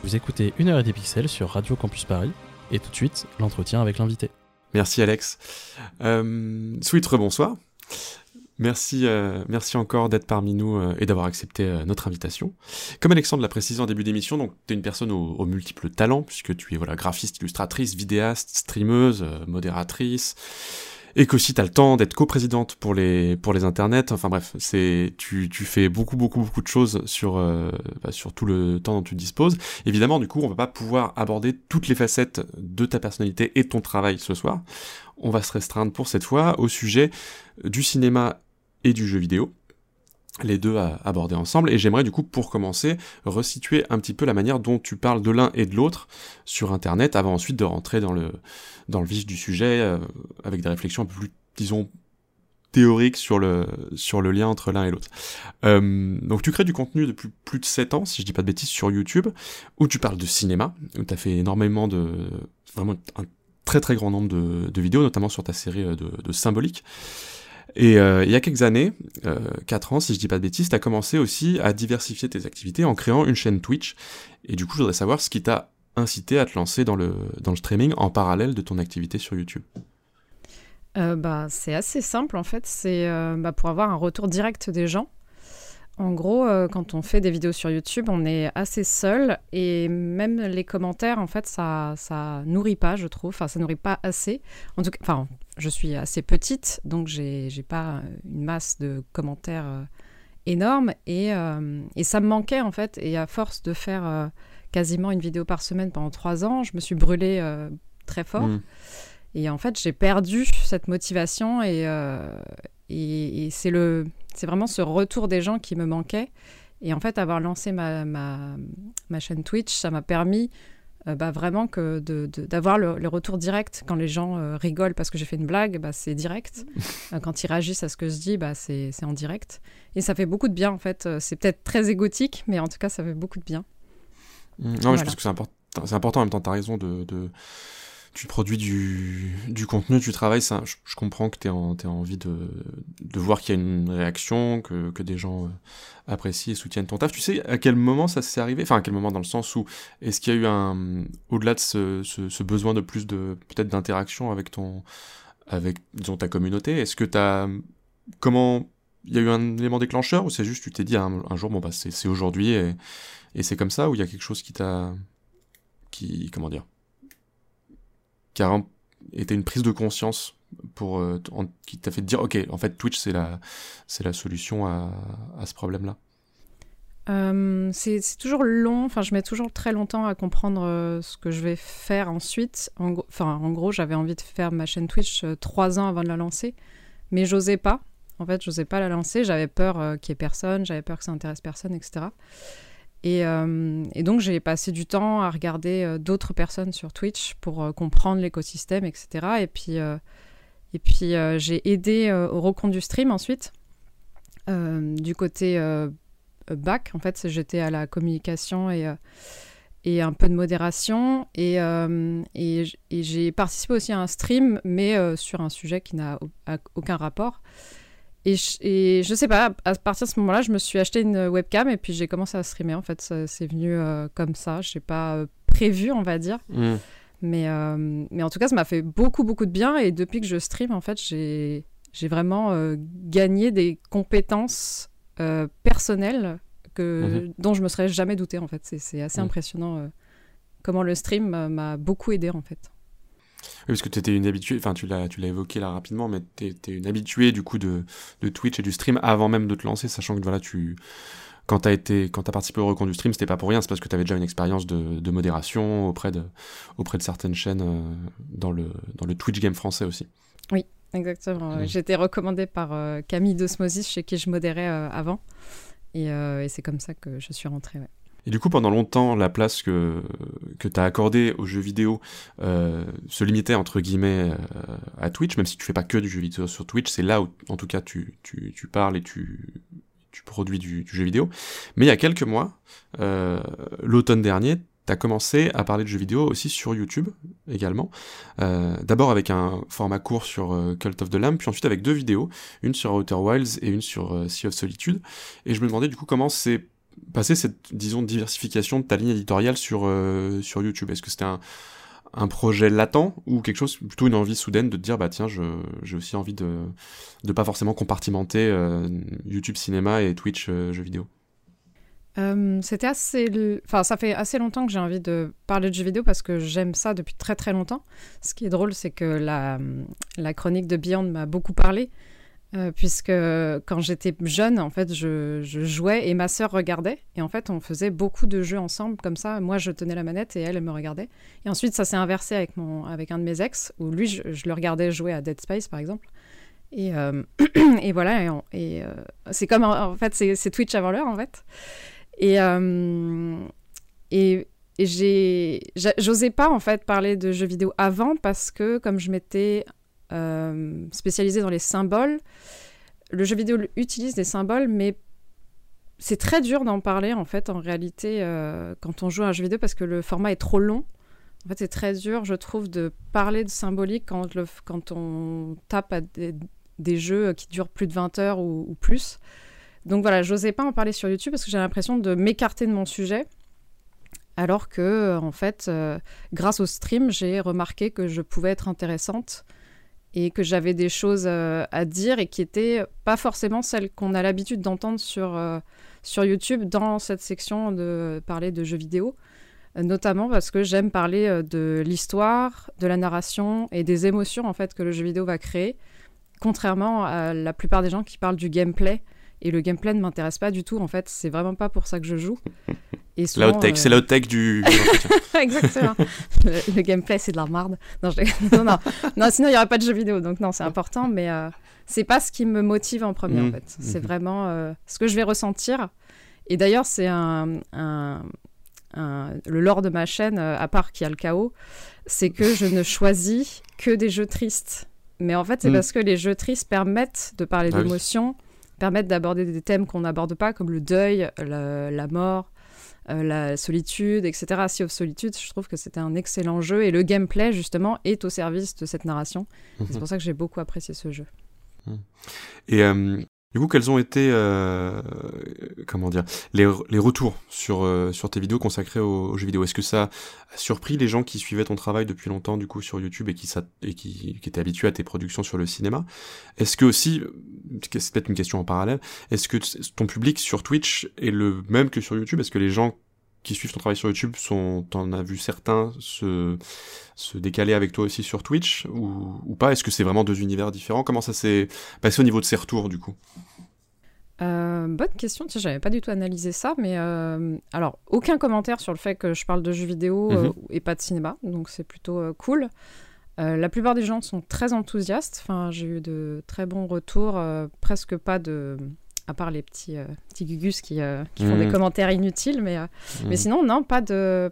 Vous écoutez 1h et des pixels sur Radio Campus Paris, et tout de suite, l'entretien avec l'invité. Merci Alex. Sweet, rebonsoir. Merci encore d'être parmi nous et d'avoir accepté notre invitation. Comme Alexandre l'a précisé en début d'émission, donc tu es une personne aux multiples talents, puisque tu es graphiste, illustratrice, vidéaste, streameuse, modératrice, et qu'aussi tu as le temps d'être coprésidente pour les internets. Enfin bref, tu fais beaucoup de choses sur tout le temps dont tu disposes. Évidemment, du coup, on va pas pouvoir aborder toutes les facettes de ta personnalité et de ton travail ce soir. On va se restreindre pour cette fois au sujet du cinéma et du jeu vidéo, les deux à aborder ensemble, et j'aimerais du coup, pour commencer, resituer un petit peu la manière dont tu parles de l'un et de l'autre sur Internet, avant ensuite de rentrer dans le vif du sujet, avec des réflexions un peu plus, disons, théoriques sur le lien entre l'un et l'autre. Donc tu crées du contenu depuis plus de 7 ans, si je dis pas de bêtises, sur YouTube, où tu parles de cinéma, où tu as fait énormément vraiment un très très grand nombre de vidéos, notamment sur ta série de Symbolique. Et il y a quelques années, 4 ans si je dis pas de bêtises, t'as commencé aussi à diversifier tes activités en créant une chaîne Twitch. Et du coup, je voudrais savoir ce qui t'a incité à te lancer dans le streaming en parallèle de ton activité sur YouTube. C'est assez simple en fait, c'est pour avoir un retour direct des gens. En gros, quand on fait des vidéos sur YouTube, on est assez seul et même les commentaires, en fait, ça nourrit pas, je trouve. Enfin, ça nourrit pas assez. En tout cas, enfin, je suis assez petite, donc j'ai pas une masse de commentaires énorme et ça me manquait en fait. Et à force de faire quasiment une vidéo par semaine pendant 3 ans, je me suis brûlée très fort. Et en fait, j'ai perdu cette motivation et c'est vraiment ce retour des gens qui me manquait. Et en fait, avoir lancé ma chaîne Twitch, ça m'a permis vraiment d'avoir le retour direct. Quand les gens rigolent parce que j'ai fait une blague, c'est direct. Quand ils réagissent à ce que je dis, c'est en direct. Et ça fait beaucoup de bien, en fait. C'est peut-être très égotique, mais en tout cas, ça fait beaucoup de bien. Non, voilà. Je pense que c'est important. En même temps, tu as raison tu produis du contenu, tu travailles, ça, je comprends que t'aies envie de voir qu'il y a une réaction, que des gens apprécient et soutiennent ton taf. Tu sais à quel moment ça s'est arrivé ? Enfin, à quel moment dans le sens où, est-ce qu'il y a eu au-delà de ce besoin de plus peut-être d'interaction avec disons, ta communauté, est-ce que comment il y a eu un élément déclencheur ou c'est juste tu t'es dit un jour, c'est aujourd'hui et c'est comme ça, ou il y a quelque chose qui a été une prise de conscience qui t'a fait te dire ok, en fait Twitch c'est la solution à ce problème-là. C'est toujours long, enfin je mets toujours très longtemps à comprendre ce que je vais faire ensuite. En gros, j'avais envie de faire ma chaîne Twitch 3 ans avant de la lancer, mais j'osais pas. En fait, j'osais pas la lancer, j'avais peur qu'il y ait personne, j'avais peur que ça intéresse personne, etc. Et donc, j'ai passé du temps à regarder d'autres personnes sur Twitch pour comprendre l'écosystème, etc. Et puis, j'ai aidé au reconduit du stream ensuite. Du côté back, en fait, j'étais à la communication et un peu de modération. Et j'ai participé aussi à un stream, mais sur un sujet qui n'a aucun rapport. Et je sais pas, à partir de ce moment-là, je me suis acheté une webcam et puis j'ai commencé à streamer. En fait, c'est venu comme ça. Je n'ai pas prévu, on va dire. Mais en tout cas, ça m'a fait beaucoup de bien. Et depuis que je stream, en fait, j'ai vraiment gagné des compétences personnelles dont je me serais jamais doutée. En fait, c'est assez impressionnant comment le stream m'a beaucoup aidée, en fait. Oui, parce que tu étais une habituée, enfin tu l'as évoqué là rapidement, mais tu étais une habituée du coup de Twitch et du stream avant même de te lancer, sachant que voilà, quand t'as participé au reconduit du stream, c'était pas pour rien, c'est parce que tu avais déjà une expérience de modération auprès de certaines chaînes dans le Twitch game français aussi. Oui, exactement. J'ai été recommandée par Camille d'Osmosis, chez qui je modérais avant, et c'est comme ça que je suis rentrée. Ouais. Et du coup, pendant longtemps, la place que tu as accordée aux jeux vidéo se limitait, entre guillemets, à Twitch, même si tu fais pas que du jeu vidéo sur Twitch, c'est là où, en tout cas, tu parles et tu produis du jeu vidéo. Mais il y a quelques mois, l'automne dernier, tu as commencé à parler de jeux vidéo aussi sur YouTube, également. D'abord avec un format court sur Cult of the Lamb, puis ensuite avec 2 vidéos, une sur Outer Wilds et une sur Sea of Solitude. Et je me demandais, du coup, comment c'est passé cette, disons, diversification de ta ligne éditoriale sur YouTube? Est-ce que c'était un projet latent ou quelque chose, plutôt une envie soudaine de te dire, bah tiens, j'ai aussi envie de pas forcément compartimenter YouTube cinéma et Twitch jeux vidéo? Ça fait assez longtemps que j'ai envie de parler de jeux vidéo parce que j'aime ça depuis très très longtemps. Ce qui est drôle, c'est que la chronique de Beyond m'a beaucoup parlé, puisque quand j'étais jeune, en fait, je jouais et ma sœur regardait. Et en fait, on faisait beaucoup de jeux ensemble, comme ça. Moi, je tenais la manette et elle me regardait. Et ensuite, ça s'est inversé avec un de mes ex, où lui, je le regardais jouer à Dead Space, par exemple. Et voilà, c'est comme, en fait, c'est Twitch avant l'heure, en fait. Et j'osais pas en fait parler de jeux vidéo avant parce que comme je m'étais spécialisée dans les symboles, le jeu vidéo utilise des symboles, mais c'est très dur d'en parler en fait en réalité quand on joue à un jeu vidéo parce que le format est trop long. En fait, c'est très dur, je trouve, de parler de symbolique quand on tape à des jeux qui durent plus de 20 heures ou plus. Donc voilà, j'osais pas en parler sur YouTube parce que j'ai l'impression de m'écarter de mon sujet. Alors que, en fait, grâce au stream, j'ai remarqué que je pouvais être intéressante et que j'avais des choses à dire et qui n'étaient pas forcément celles qu'on a l'habitude d'entendre sur YouTube dans cette section de parler de jeux vidéo. Notamment parce que j'aime parler de l'histoire, de la narration et des émotions en fait, que le jeu vidéo va créer, contrairement à la plupart des gens qui parlent du gameplay. Et le gameplay ne m'intéresse pas du tout, en fait, c'est vraiment pas pour ça que je joue. Et souvent, la hot tech, c'est la hot tech du Exactement. Le gameplay, c'est de la merde. Non, sinon il n'y aurait pas de jeu vidéo, donc non, c'est important, mais c'est pas ce qui me motive en premier, en fait. C'est vraiment ce que je vais ressentir. Et d'ailleurs, c'est le lore de ma chaîne, à part qu'il y a le chaos, c'est que je ne choisis que des jeux tristes. Mais en fait, c'est parce que les jeux tristes permettent de parler d'émotions, permettent d'aborder des thèmes qu'on n'aborde pas, comme le deuil, la mort, la solitude, etc. Sea of Solitude, je trouve que c'était un excellent jeu, et le gameplay, justement, est au service de cette narration. C'est pour ça que j'ai beaucoup apprécié ce jeu. Et du coup, quels ont été les retours sur tes vidéos consacrées aux jeux vidéo? Est-ce que ça a surpris les gens qui suivaient ton travail depuis longtemps du coup sur YouTube et qui étaient habitués à tes productions sur le cinéma? Est-ce que aussi, c'est peut-être une question en parallèle, est-ce que ton public sur Twitch est le même que sur YouTube? Est-ce que les gens qui suivent ton travail sur YouTube t'en as vu certains se décaler avec toi aussi sur Twitch ou pas? Est-ce que c'est vraiment deux univers différents? Comment ça s'est passé au niveau de ces retours du coup? Bonne question, j'avais pas du tout analysé ça, mais alors aucun commentaire sur le fait que je parle de jeux vidéo et pas de cinéma, donc c'est plutôt cool. La plupart des gens sont très enthousiastes, enfin, j'ai eu de très bons retours, presque pas de... à part les petits gugus qui font des commentaires inutiles, mais sinon, non, pas de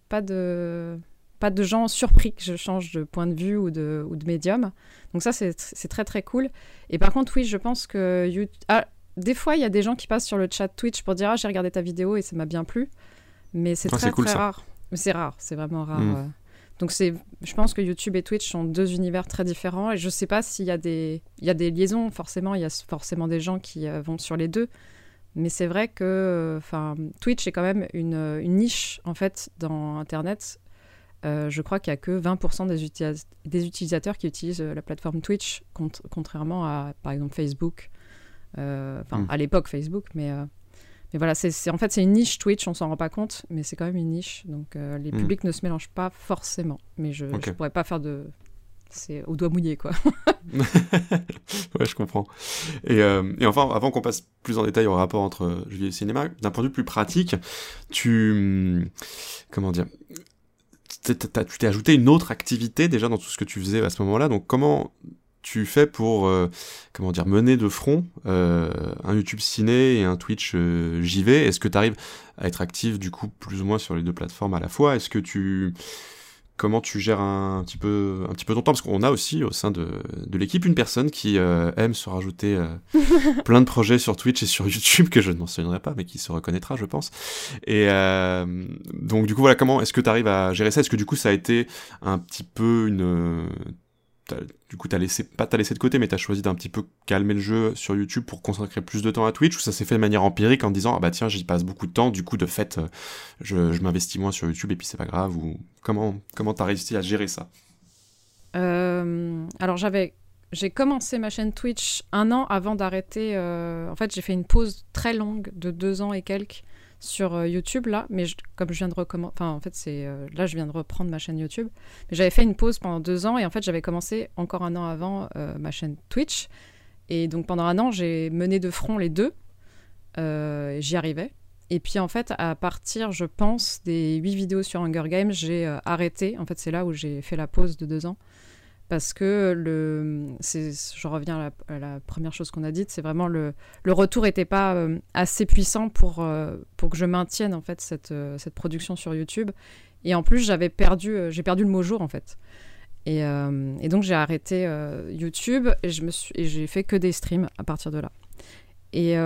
gens surpris que je change de point de vue ou de médium. Donc ça, c'est très, très cool. Et par contre, oui, je pense que... des fois, il y a des gens qui passent sur le chat Twitch pour dire « Ah, j'ai regardé ta vidéo et ça m'a bien plu ». Mais c'est très, cool, très rare. Mais c'est rare, c'est vraiment rare. Donc je pense que YouTube et Twitch sont deux univers très différents et je sais pas s'il y a des liaisons, forcément, il y a forcément des gens qui vont sur les deux, mais c'est vrai que Twitch est quand même une niche en fait dans Internet. Je crois qu'il y a que 20% des utilisateurs qui utilisent la plateforme Twitch, contrairement à par exemple Facebook, à l'époque Facebook, mais voilà, en fait, c'est une niche Twitch, on s'en rend pas compte, mais c'est quand même une niche. Donc, les publics ne se mélangent pas forcément. Mais je pourrais pas faire de... C'est au doigt mouillé, quoi. Ouais, je comprends. Et enfin, avant qu'on passe plus en détail au rapport entre jeux vidéo et cinéma, d'un point de vue plus pratique, comment dire... tu t'es ajouté une autre activité déjà dans tout ce que tu faisais à ce moment-là. Donc, comment... tu fais pour mener de front un YouTube ciné et un Twitch JV? Est-ce que tu arrives à être actif du coup plus ou moins sur les deux plateformes à la fois? Est-ce que comment tu gères un petit peu ton temps? Parce qu'on a aussi au sein de l'équipe une personne qui aime se rajouter plein de projets sur Twitch et sur YouTube que je ne mentionnerai pas, mais qui se reconnaîtra, je pense. Et donc du coup voilà, comment est-ce que tu arrives à gérer ça? Est-ce que du coup ça a été un petit peu du coup, t'as laissé de côté, mais t'as choisi d'un petit peu calmer le jeu sur YouTube pour consacrer plus de temps à Twitch, ou ça s'est fait de manière empirique en disant, ah bah tiens, j'y passe beaucoup de temps, du coup, de fait, je m'investis moins sur YouTube et puis c'est pas grave, ou comment t'as réussi à gérer ça? Alors j'ai commencé ma chaîne Twitch 1 an avant d'arrêter. En fait, j'ai fait une pause très longue de 2 ans et quelques sur YouTube là, mais comme je viens de recommencer, enfin en fait c'est là je viens de reprendre ma chaîne YouTube, mais j'avais fait une pause pendant 2 ans et en fait j'avais commencé encore 1 an avant ma chaîne Twitch, et donc pendant 1 an j'ai mené de front les deux, j'y arrivais, et puis en fait à partir je pense des 8 vidéos sur Hunger Games j'ai arrêté, en fait c'est là où j'ai fait la pause de 2 ans. Parce que je reviens à la première chose qu'on a dite, c'est vraiment le retour n'était pas assez puissant pour que je maintienne en fait cette production sur YouTube. Et en plus, j'ai perdu le mojo en fait. Et donc j'ai arrêté YouTube et j'ai fait que des streams à partir de là. Et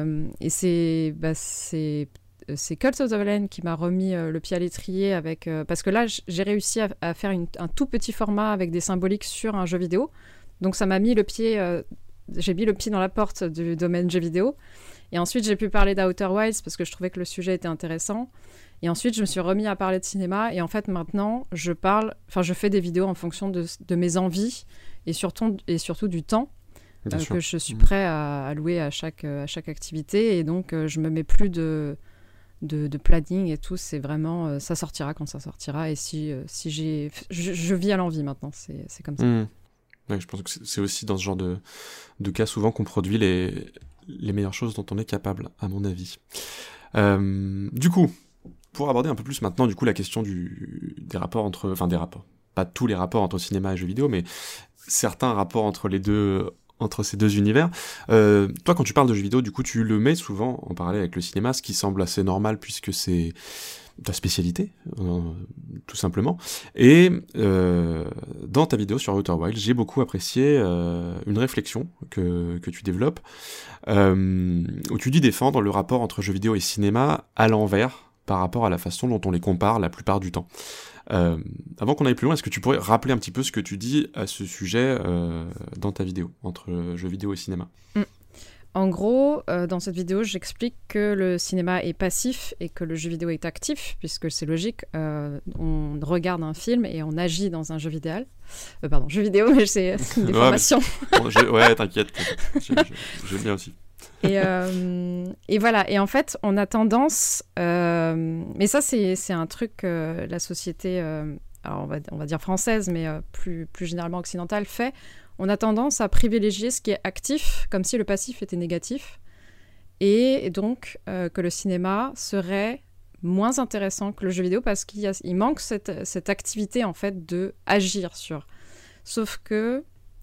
c'est Cult of the Lamb qui m'a remis le pied à l'étrier parce que là j'ai réussi à faire un tout petit format avec des symboliques sur un jeu vidéo, donc ça m'a mis j'ai mis le pied dans la porte du domaine jeu vidéo, et ensuite j'ai pu parler d'Outer Wilds parce que je trouvais que le sujet était intéressant, et ensuite je me suis remis à parler de cinéma, et en fait maintenant je fais des vidéos en fonction de mes envies et surtout du temps que je suis prêt à allouer à chaque activité, et donc je me mets plus de planning et tout, c'est vraiment ça sortira quand ça sortira, et si je vis à l'envie maintenant, c'est comme ça. Ouais, je pense que c'est aussi dans ce genre de cas souvent qu'on produit les meilleures choses dont on est capable, à mon avis. Du coup, pour aborder un peu plus maintenant du coup la question des rapports des rapports, pas tous les rapports entre cinéma et jeux vidéo, mais certains rapports entre ces deux univers. Toi, quand tu parles de jeux vidéo, du coup, tu le mets souvent en parallèle avec le cinéma, ce qui semble assez normal puisque c'est ta spécialité, tout simplement. Et dans ta vidéo sur Outer Wilds, j'ai beaucoup apprécié une réflexion que tu développes, où tu dis défendre le rapport entre jeux vidéo et cinéma à l'envers par rapport à la façon dont on les compare la plupart du temps. Avant qu'on aille plus loin, est-ce que tu pourrais rappeler un petit peu ce que tu dis à ce sujet dans ta vidéo, entre jeux vidéo et cinéma? En gros, dans cette vidéo, j'explique que le cinéma est passif et que le jeu vidéo est actif, puisque c'est logique, on regarde un film et on agit dans un jeu vidéo. Jeu vidéo, mais c'est une déformation. Ouais, t'inquiète, j'aime bien aussi. Et voilà, et en fait on a tendance mais ça c'est un truc que la société alors on va dire française, mais plus généralement occidentale fait. On a tendance à privilégier ce qui est actif comme si le passif était négatif, et donc que le cinéma serait moins intéressant que le jeu vidéo parce qu'il manque cette activité en fait de agir sur. Sauf que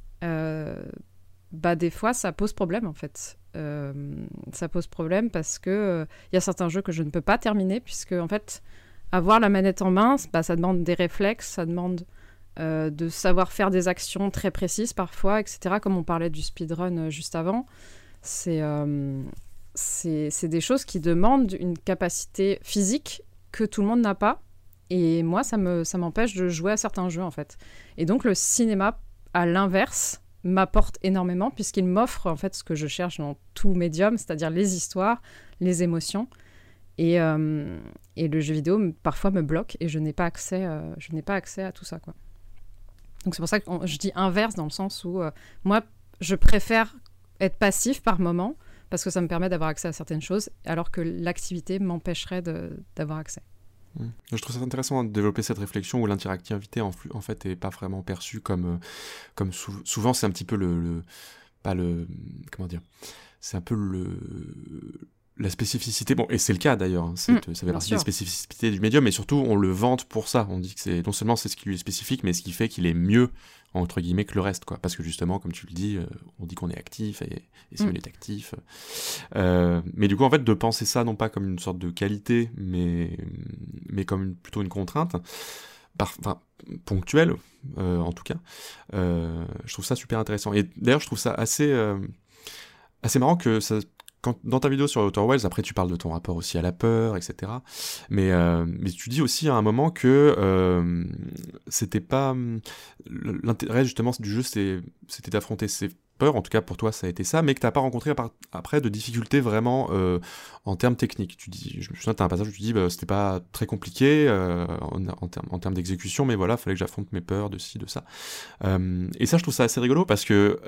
des fois ça pose problème en fait. Ça pose problème parce que y a certains jeux que je ne peux pas terminer, puisque en fait avoir la manette en main, ça demande des réflexes, ça demande de savoir faire des actions très précises parfois, etc. Comme on parlait du speedrun juste avant, c'est des choses qui demandent une capacité physique que tout le monde n'a pas, et moi ça m'empêche de jouer à certains jeux en fait. Et donc le cinéma, à l'inverse, m'apporte énormément puisqu'il m'offre en fait ce que je cherche dans tout médium, c'est-à-dire les histoires, les émotions, et le jeu vidéo parfois me bloque et je n'ai pas accès à tout ça, quoi. Donc c'est pour ça que je dis inverse, dans le sens où moi je préfère être passif par moment parce que ça me permet d'avoir accès à certaines choses, alors que l'activité m'empêcherait d'avoir accès. Je trouve ça intéressant de développer cette réflexion où l'interactivité en fait est pas vraiment perçue comme souvent c'est un petit peu c'est un peu la spécificité, bon, et c'est le cas d'ailleurs, ça fait partie des spécificités du médium, mais surtout on le vante pour ça, on dit que c'est non seulement c'est ce qui lui est spécifique, mais ce qui fait qu'il est mieux entre guillemets que le reste, quoi, parce que justement comme tu le dis, on dit qu'on est actif et celui est actif, mais du coup en fait de penser ça non pas comme une sorte de qualité, mais comme plutôt une contrainte, ponctuelle en tout cas, je trouve ça super intéressant. Et d'ailleurs je trouve ça assez marrant que ça, dans ta vidéo sur Outer Wilds, après tu parles de ton rapport aussi à la peur, etc. Mais tu dis aussi à un moment que c'était pas l'intérêt justement du jeu, c'était d'affronter ces peurs, en tout cas pour toi ça a été ça, mais que t'as pas rencontré après de difficultés vraiment en termes techniques. Tu dis, je me souviens, t'as un passage où tu dis c'était pas très compliqué en termes d'exécution, mais voilà, fallait que j'affronte mes peurs de ci, de ça. Et ça, je trouve ça assez rigolo parce que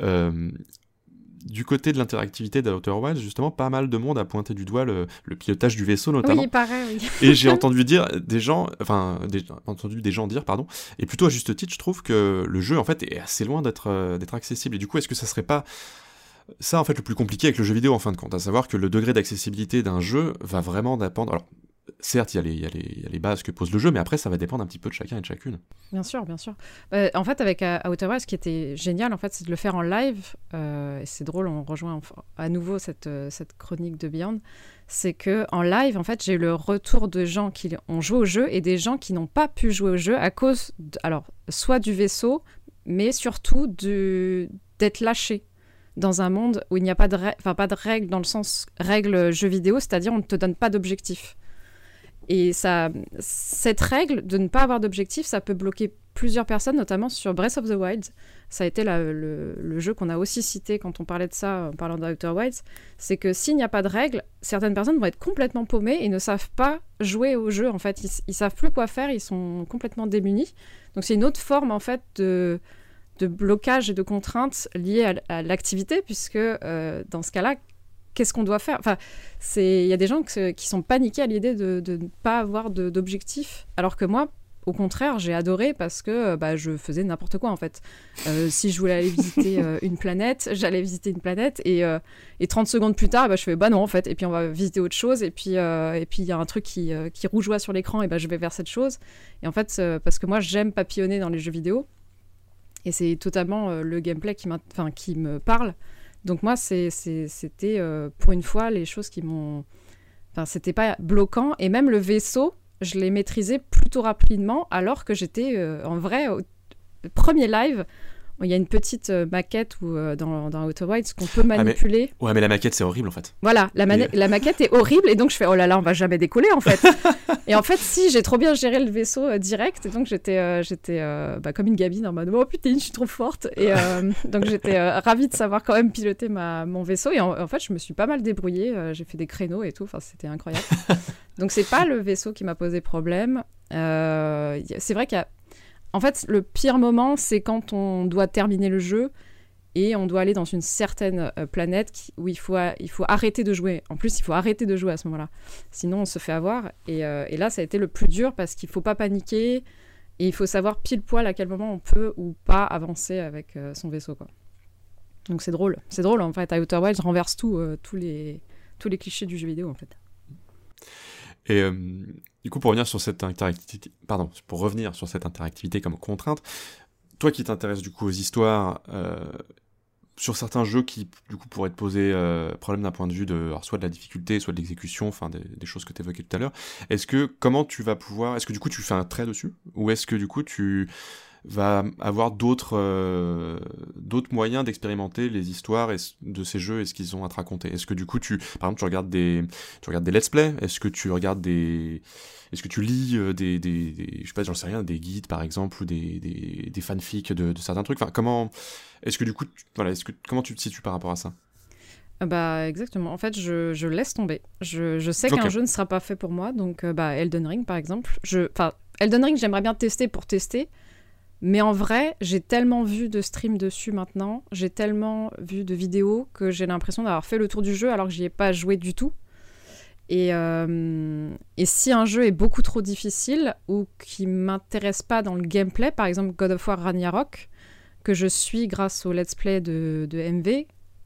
du côté de l'interactivité d'Outer Wilds, justement, pas mal de monde a pointé du doigt le pilotage du vaisseau, notamment. Oui, pareil, oui. Et j'ai entendu des gens dire, et plutôt à juste titre, je trouve que le jeu, en fait, est assez loin d'être accessible. Et du coup, est-ce que ça serait pas ça, en fait, le plus compliqué avec le jeu vidéo, en fin de compte, à savoir que le degré d'accessibilité d'un jeu va vraiment dépendre... Alors, certes, il y a les bases que pose le jeu, mais après, ça va dépendre un petit peu de chacun et de chacune. Bien sûr, bien sûr. En fait, avec Outer Wilds, ce qui était génial, en fait, c'est de le faire en live. Et c'est drôle, on rejoint à nouveau cette chronique de Beyond. C'est qu'en live, en fait, j'ai eu le retour de gens qui ont joué au jeu et des gens qui n'ont pas pu jouer au jeu à cause, soit du vaisseau, mais surtout d'être lâché dans un monde où il n'y a pas de règles dans le sens règles jeu vidéo, c'est-à-dire on ne te donne pas d'objectif. Et cette règle de ne pas avoir d'objectif, ça peut bloquer plusieurs personnes, notamment sur Breath of the Wild. Ça a été le jeu qu'on a aussi cité quand on parlait de ça, en parlant d'Outer Wilds. C'est que s'il n'y a pas de règles, certaines personnes vont être complètement paumées et ne savent pas jouer au jeu. En fait, ils savent plus quoi faire, ils sont complètement démunis. Donc c'est une autre forme, en fait, de blocage et de contraintes liées à l'activité, puisque dans ce cas-là, qu'est-ce qu'on doit faire ? Enfin, il y a des gens qui sont paniqués à l'idée de ne pas avoir d'objectif, alors que moi, au contraire, j'ai adoré parce que je faisais n'importe quoi, en fait. Si je voulais aller visiter une planète, j'allais visiter une planète, et 30 secondes plus tard, je fais non, en fait, et puis on va visiter autre chose, et puis il y a un truc qui rougeoie sur l'écran, et je vais vers cette chose. Et en fait, parce que moi, j'aime papillonner dans les jeux vidéo, et c'est totalement le gameplay qui me parle. Donc moi, c'était pour une fois les choses qui m'ont... Enfin, c'était pas bloquant. Et même le vaisseau, je l'ai maîtrisé plutôt rapidement, alors que j'étais en vrai, au premier live, il y a une petite maquette dans Outer Wilds qu'on peut manipuler. Mais la maquette, c'est horrible, en fait. Voilà, la maquette est horrible, et donc je fais, oh là là, on va jamais décoller, en fait. Et en fait, si, j'ai trop bien géré le vaisseau direct, et donc j'étais comme une gamine en mode, oh putain, je suis trop forte. Et donc j'étais ravie de savoir quand même piloter mon vaisseau, et en fait, je me suis pas mal débrouillée, j'ai fait des créneaux et tout, enfin, c'était incroyable. Donc c'est pas le vaisseau qui m'a posé problème. C'est vrai qu'il y a... En fait, le pire moment, c'est quand on doit terminer le jeu et on doit aller dans une certaine planète où il faut arrêter de jouer. En plus, il faut arrêter de jouer à ce moment-là. Sinon, on se fait avoir. Et là, ça a été le plus dur parce qu'il ne faut pas paniquer et il faut savoir pile poil à quel moment on peut ou pas avancer avec son vaisseau, quoi. Donc, c'est drôle. C'est drôle, en fait. À Outer Wilds, renverse tous les clichés du jeu vidéo, en fait. Et du coup, pour revenir sur cette interactivité comme contrainte, toi qui t'intéresses du coup aux histoires, sur certains jeux qui du coup pourraient te poser problème d'un point de vue soit de la difficulté, soit de l'exécution, enfin des choses que tu évoquais tout à l'heure, est-ce que du coup tu fais un trait dessus, ou est-ce que du coup tu va avoir d'autres moyens d'expérimenter les histoires de ces jeux et ce qu'ils ont à te raconter. Est-ce que du coup par exemple tu regardes des let's play, est-ce que tu lis je sais pas, j'en sais rien, des guides par exemple, ou des fanfics de certains trucs, enfin comment est-ce que du coup comment tu te situes par rapport à ça? Exactement. En fait, je laisse tomber. Je sais qu'un jeu ne sera pas fait pour moi, donc Elden Ring par exemple. Elden Ring, j'aimerais bien tester pour tester. Mais en vrai, j'ai tellement vu de streams dessus maintenant, j'ai tellement vu de vidéos que j'ai l'impression d'avoir fait le tour du jeu alors que j'y ai pas joué du tout. Et si un jeu est beaucoup trop difficile ou qui m'intéresse pas dans le gameplay, par exemple God of War Ragnarok, que je suis grâce au let's play de MV,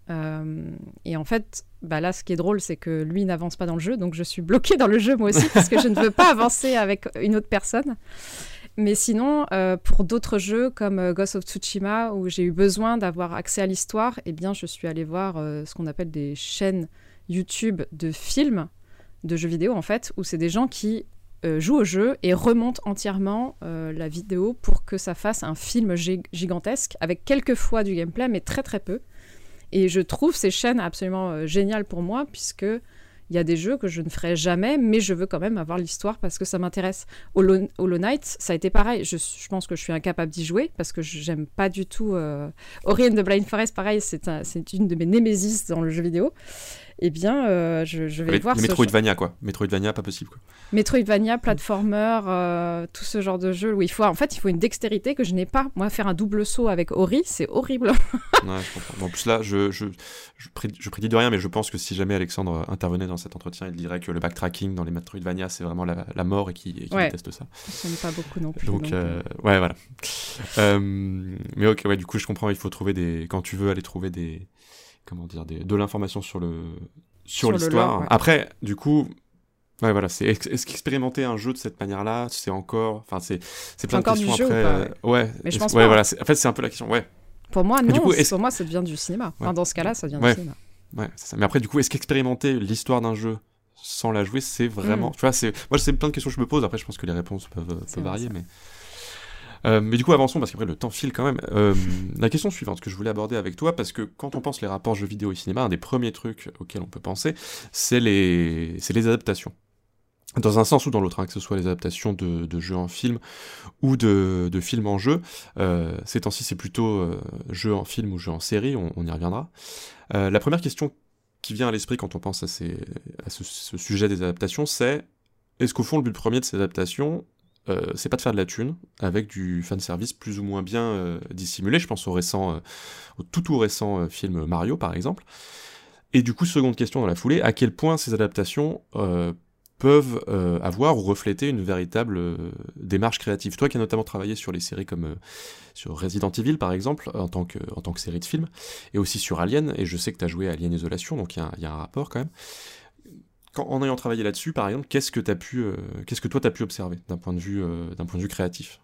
et en fait, là, ce qui est drôle, c'est que lui n'avance pas dans le jeu, donc je suis bloquée dans le jeu moi aussi parce que je ne veux pas avancer avec une autre personne. Mais sinon, pour d'autres jeux comme Ghost of Tsushima, où j'ai eu besoin d'avoir accès à l'histoire, eh bien, je suis allée voir ce qu'on appelle des chaînes YouTube de films, de jeux vidéo, en fait, où c'est des gens qui jouent au jeu et remontent entièrement la vidéo pour que ça fasse un film gigantesque, avec quelques fois du gameplay, mais très très peu. Et je trouve ces chaînes absolument géniales pour moi, puisque il y a des jeux que je ne ferai jamais, mais je veux quand même avoir l'histoire parce que ça m'intéresse. Hollow Knight, ça a été pareil. Je pense que je suis incapable d'y jouer parce que j'aime pas du tout... Ori and the Blind Forest, pareil, c'est une de mes némésis dans le jeu vidéo. Eh bien, je vais voir les Metroidvania, quoi. Metroidvania, pas possible, quoi. Metroidvania, platformer, tout ce genre de jeu où il faut une dextérité que je n'ai pas. Moi, faire un double saut avec Ori, c'est horrible. Ouais, je comprends. Bon, en plus, là, je prédis de rien, mais je pense que si jamais Alexandre intervenait dans cet entretien, il dirait que le backtracking dans les Metroidvania, c'est vraiment la mort et qu'il déteste ça. Je n'aime pas beaucoup non plus. Donc, ouais, voilà. Mais ok, ouais, du coup, je comprends, il faut trouver quand tu veux aller trouver de l'information sur l'histoire. Ouais. Après, du coup, ouais, voilà, est-ce qu'expérimenter un jeu de cette manière-là, c'est plein de questions jeu après. Ou pas ouais, mais je pense ouais, pas. voilà, en fait, c'est un peu la question. Ouais. Pour moi, non. Du coup, pour moi, ça devient du cinéma. Ouais. Enfin, dans ce cas-là, ça devient du cinéma. Ouais, c'est ça. Mais après, du coup, est-ce qu'expérimenter l'histoire d'un jeu sans la jouer, c'est vraiment. Tu vois, moi, c'est plein de questions que je me pose. Après, je pense que les réponses peuvent varier, mais du coup, avançons, parce qu'après, le temps file quand même. La question suivante que je voulais aborder avec toi, parce que quand on pense les rapports jeux vidéo et cinéma, un des premiers trucs auxquels on peut penser, c'est les adaptations. Dans un sens ou dans l'autre, hein, que ce soit les adaptations de jeux en film ou de films en jeu. Ces temps-ci, c'est plutôt jeux en film ou jeux en série, on y reviendra. La première question qui vient à l'esprit quand on pense à ce sujet des adaptations, c'est est-ce qu'au fond, le but premier de ces adaptations, c'est pas de faire de la thune avec du fanservice plus ou moins bien dissimulé. Je pense au tout récent film Mario, par exemple. Et du coup, seconde question dans la foulée, à quel point ces adaptations peuvent avoir ou refléter une véritable démarche créative. Toi qui as notamment travaillé sur les séries comme sur Resident Evil, par exemple, en tant que série de films, et aussi sur Alien, et je sais que tu as joué à Alien Isolation, donc il y a un rapport quand même. En ayant travaillé là-dessus, par exemple, qu'est-ce que toi t'as pu observer d'un point de vue créatif?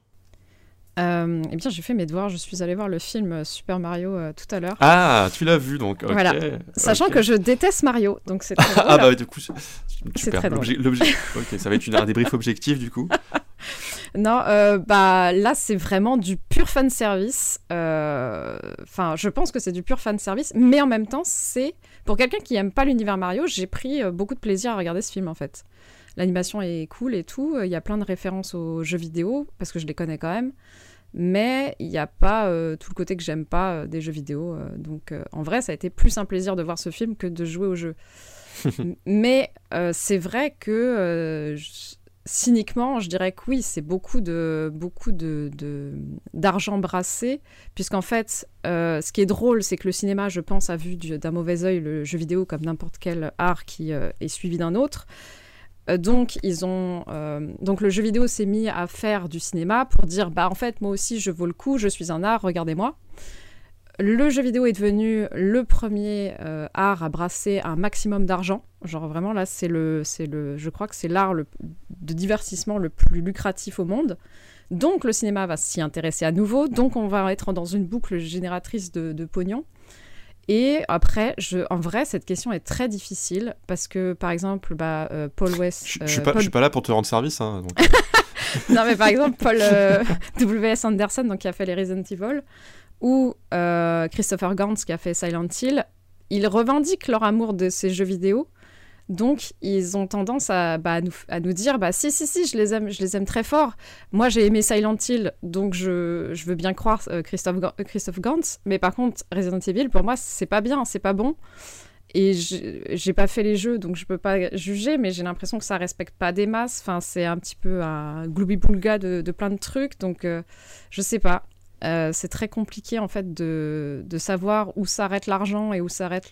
Eh bien, j'ai fait mes devoirs. Je suis allée voir le film Super Mario tout à l'heure. Ah, tu l'as vu donc. Okay. Voilà. Sachant que je déteste Mario, donc c'est très drôle. Ah bah du coup, c'est très drôle. Ok, ça va être un débrief objectif du coup. Non, là c'est vraiment du pur fan service. Enfin, je pense que c'est du pur fan service, mais en même temps, c'est pour quelqu'un qui aime pas l'univers Mario, j'ai pris beaucoup de plaisir à regarder ce film en fait. L'animation est cool et tout. Il y a plein de références aux jeux vidéo parce que je les connais quand même. Mais il n'y a pas tout le côté que j'aime pas des jeux vidéo. Donc en vrai, ça a été plus un plaisir de voir ce film que de jouer au jeu. Mais c'est vrai que cyniquement, je dirais que oui, c'est beaucoup d'argent brassé, puisqu'en fait, ce qui est drôle, c'est que le cinéma, je pense, a vu d'un mauvais œil le jeu vidéo comme n'importe quel art qui est suivi d'un autre. Donc le jeu vidéo s'est mis à faire du cinéma pour dire en fait moi aussi je vaux le coup, je suis un art, regardez-moi. Le jeu vidéo est devenu le premier art à brasser un maximum d'argent. Genre vraiment là je crois que c'est l'art de divertissement le plus lucratif au monde. Donc le cinéma va s'y intéresser à nouveau, donc on va être dans une boucle génératrice de pognon. Et après, en vrai, cette question est très difficile parce que, par exemple, Paul West... Je suis pas là pour te rendre service. Hein, donc... Non, mais par exemple, Paul W.S. Anderson, donc, qui a fait les Resident Evil, ou Christopher Gantz, qui a fait Silent Hill, ils revendiquent leur amour de ces jeux vidéo. Donc, ils ont tendance à nous dire si, je les aime très fort. Moi, j'ai aimé Silent Hill, donc je veux bien croire Christophe Gantz. Mais par contre, Resident Evil, pour moi, c'est pas bien, c'est pas bon. Et j'ai pas fait les jeux, donc je peux pas juger, mais j'ai l'impression que ça respecte pas des masses. Enfin, c'est un petit peu un gloubi-boulga de plein de trucs, donc je sais pas. C'est très compliqué, en fait, de savoir où s'arrête l'argent et où s'arrête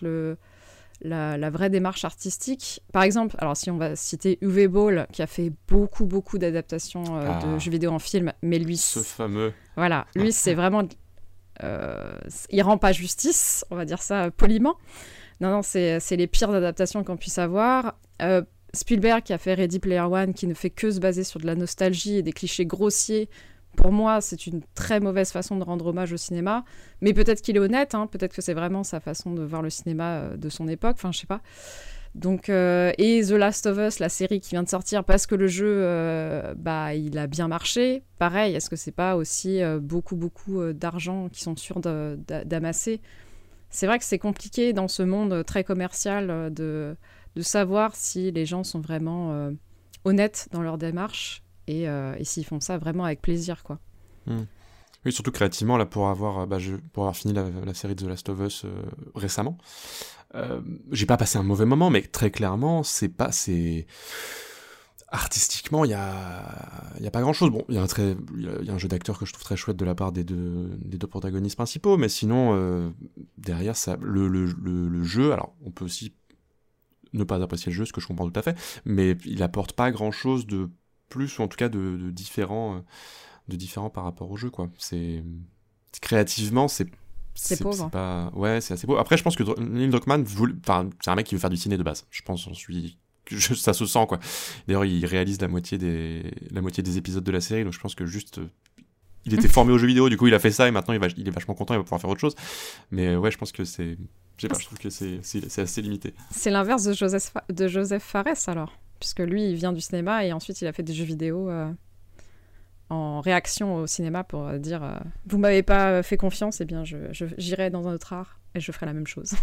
la vraie démarche artistique. Par exemple, alors si on va citer Uwe Boll, qui a fait beaucoup d'adaptations de jeux vidéo en film, mais lui... Ce fameux... Voilà, lui c'est vraiment... il rend pas justice, on va dire ça poliment. Non, c'est les pires adaptations qu'on puisse avoir. Spielberg, qui a fait Ready Player One, qui ne fait que se baser sur de la nostalgie et des clichés grossiers. Pour moi, c'est une très mauvaise façon de rendre hommage au cinéma. Mais peut-être qu'il est honnête, hein, peut-être que c'est vraiment sa façon de voir le cinéma de son époque, enfin, je sais pas. Donc, et The Last of Us, la série qui vient de sortir, parce que le jeu, il a bien marché. Pareil, est-ce que c'est pas aussi beaucoup d'argent qu'ils sont sûrs d'amasser ? c'est vrai que c'est compliqué dans ce monde très commercial de savoir si les gens sont vraiment honnêtes dans leur démarche et s'ils font ça vraiment avec plaisir, quoi. Oui, surtout créativement, là, pour avoir fini la série de The Last of Us récemment, j'ai pas passé un mauvais moment, mais très clairement, artistiquement, il y a pas grand-chose. Bon, il y a un jeu d'acteur que je trouve très chouette de la part des deux protagonistes principaux, mais sinon, derrière, ça, le jeu, alors, on peut aussi ne pas apprécier le jeu, ce que je comprends tout à fait, mais il apporte pas grand-chose de plus, ou en tout cas de différent par rapport au jeu, quoi. Créativement, c'est pauvre. C'est pas... Ouais, c'est assez beau. Après, je pense que Neil Druckmann, c'est un mec qui veut faire du ciné de base. Je pense, ça se sent, quoi. D'ailleurs, il réalise la moitié des épisodes de la série, donc je pense que juste... il était formé aux jeux vidéo, du coup il a fait ça, et maintenant il est vachement content, il va pouvoir faire autre chose. Mais ouais, je pense que c'est... Je sais pas, je trouve que c'est assez limité. C'est l'inverse de Joseph Fares, alors. Puisque lui, il vient du cinéma, et ensuite il a fait des jeux vidéo... en réaction au cinéma pour dire vous m'avez pas fait confiance, eh bien j'irai dans un autre art et je ferai la même chose.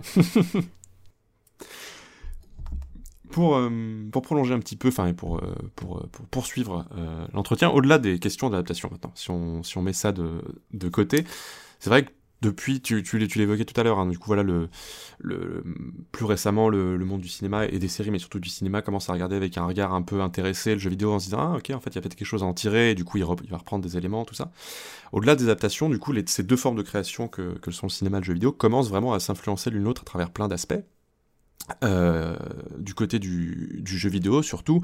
Pour prolonger un petit peu, enfin, et pour poursuivre l'entretien, au-delà des questions d'adaptation maintenant, si on met ça de côté, c'est vrai que depuis, tu l'évoquais tout à l'heure, hein, du coup voilà, plus récemment le monde du cinéma et des séries, mais surtout du cinéma, commence à regarder avec un regard un peu intéressé le jeu vidéo en se disant ah ok, en fait il y a peut-être quelque chose à en tirer, et du coup il va reprendre des éléments, tout ça. Au-delà des adaptations, du coup ces deux formes de création que sont le cinéma et le jeu vidéo commencent vraiment à s'influencer l'une l'autre à travers plein d'aspects. Du côté du jeu vidéo surtout,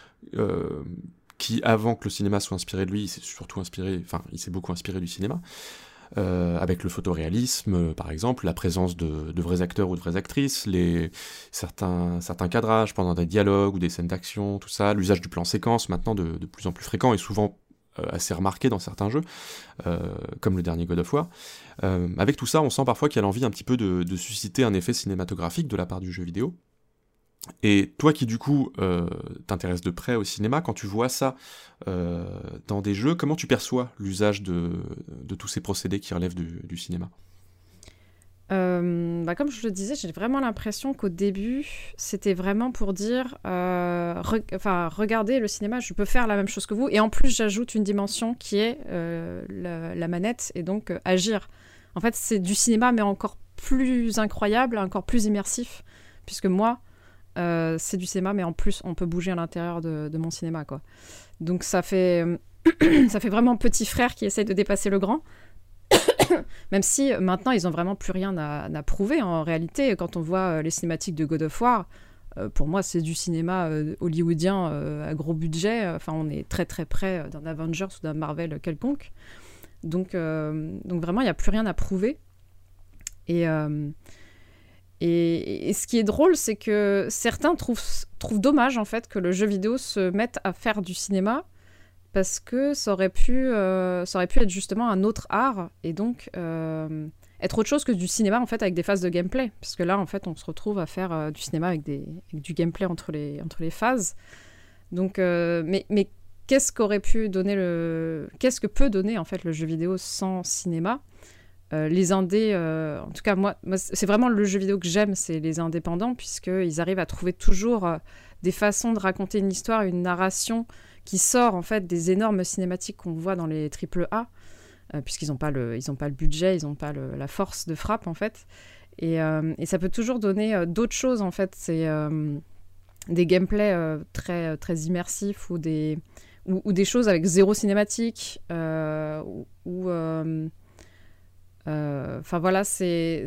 qui avant que le cinéma soit inspiré de lui, il s'est beaucoup inspiré du cinéma. Avec le photoréalisme, par exemple, la présence de vrais acteurs ou de vraies actrices, certains cadrages pendant des dialogues ou des scènes d'action, tout ça, l'usage du plan séquence maintenant de plus en plus fréquent et souvent assez remarqué dans certains jeux, comme le dernier God of War. Avec tout ça, on sent parfois qu'il y a l'envie un petit peu de susciter un effet cinématographique de la part du jeu vidéo. Et toi qui du coup t'intéresses de près au cinéma, quand tu vois ça dans des jeux, comment tu perçois l'usage de tous ces procédés qui relèvent du cinéma ? Comme je le disais, j'ai vraiment l'impression qu'au début, c'était vraiment pour dire regardez le cinéma, je peux faire la même chose que vous, et en plus j'ajoute une dimension qui est la manette, et donc agir. En fait, c'est du cinéma, mais encore plus incroyable, encore plus immersif, puisque moi, c'est du cinéma, mais en plus, on peut bouger à l'intérieur de mon cinéma, quoi. Donc ça fait vraiment petit frère qui essaye de dépasser le grand. Même si maintenant, ils n'ont vraiment plus rien à prouver. En réalité, quand on voit les cinématiques de God of War, pour moi, c'est du cinéma hollywoodien à gros budget. Enfin, on est très très près d'un Avengers ou d'un Marvel quelconque. Donc vraiment, il n'y a plus rien à prouver. Et ce qui est drôle, c'est que certains trouvent dommage en fait que le jeu vidéo se mette à faire du cinéma, parce que ça aurait pu être justement un autre art, et donc être autre chose que du cinéma en fait, avec des phases de gameplay, parce que là en fait on se retrouve à faire du cinéma avec du gameplay entre les phases. Donc mais qu'est-ce que peut donner en fait le jeu vidéo sans cinéma? Les indés, en tout cas moi c'est vraiment le jeu vidéo que j'aime, c'est les indépendants, puisqu'ils arrivent à trouver toujours des façons de raconter une histoire, une narration qui sort en fait des énormes cinématiques qu'on voit dans les AAA, puisqu'ils n'ont pas le budget, ils n'ont pas la force de frappe en fait, et ça peut toujours donner d'autres choses en fait. C'est des gameplays très, très immersifs, ou des choses avec zéro cinématique, voilà, c'est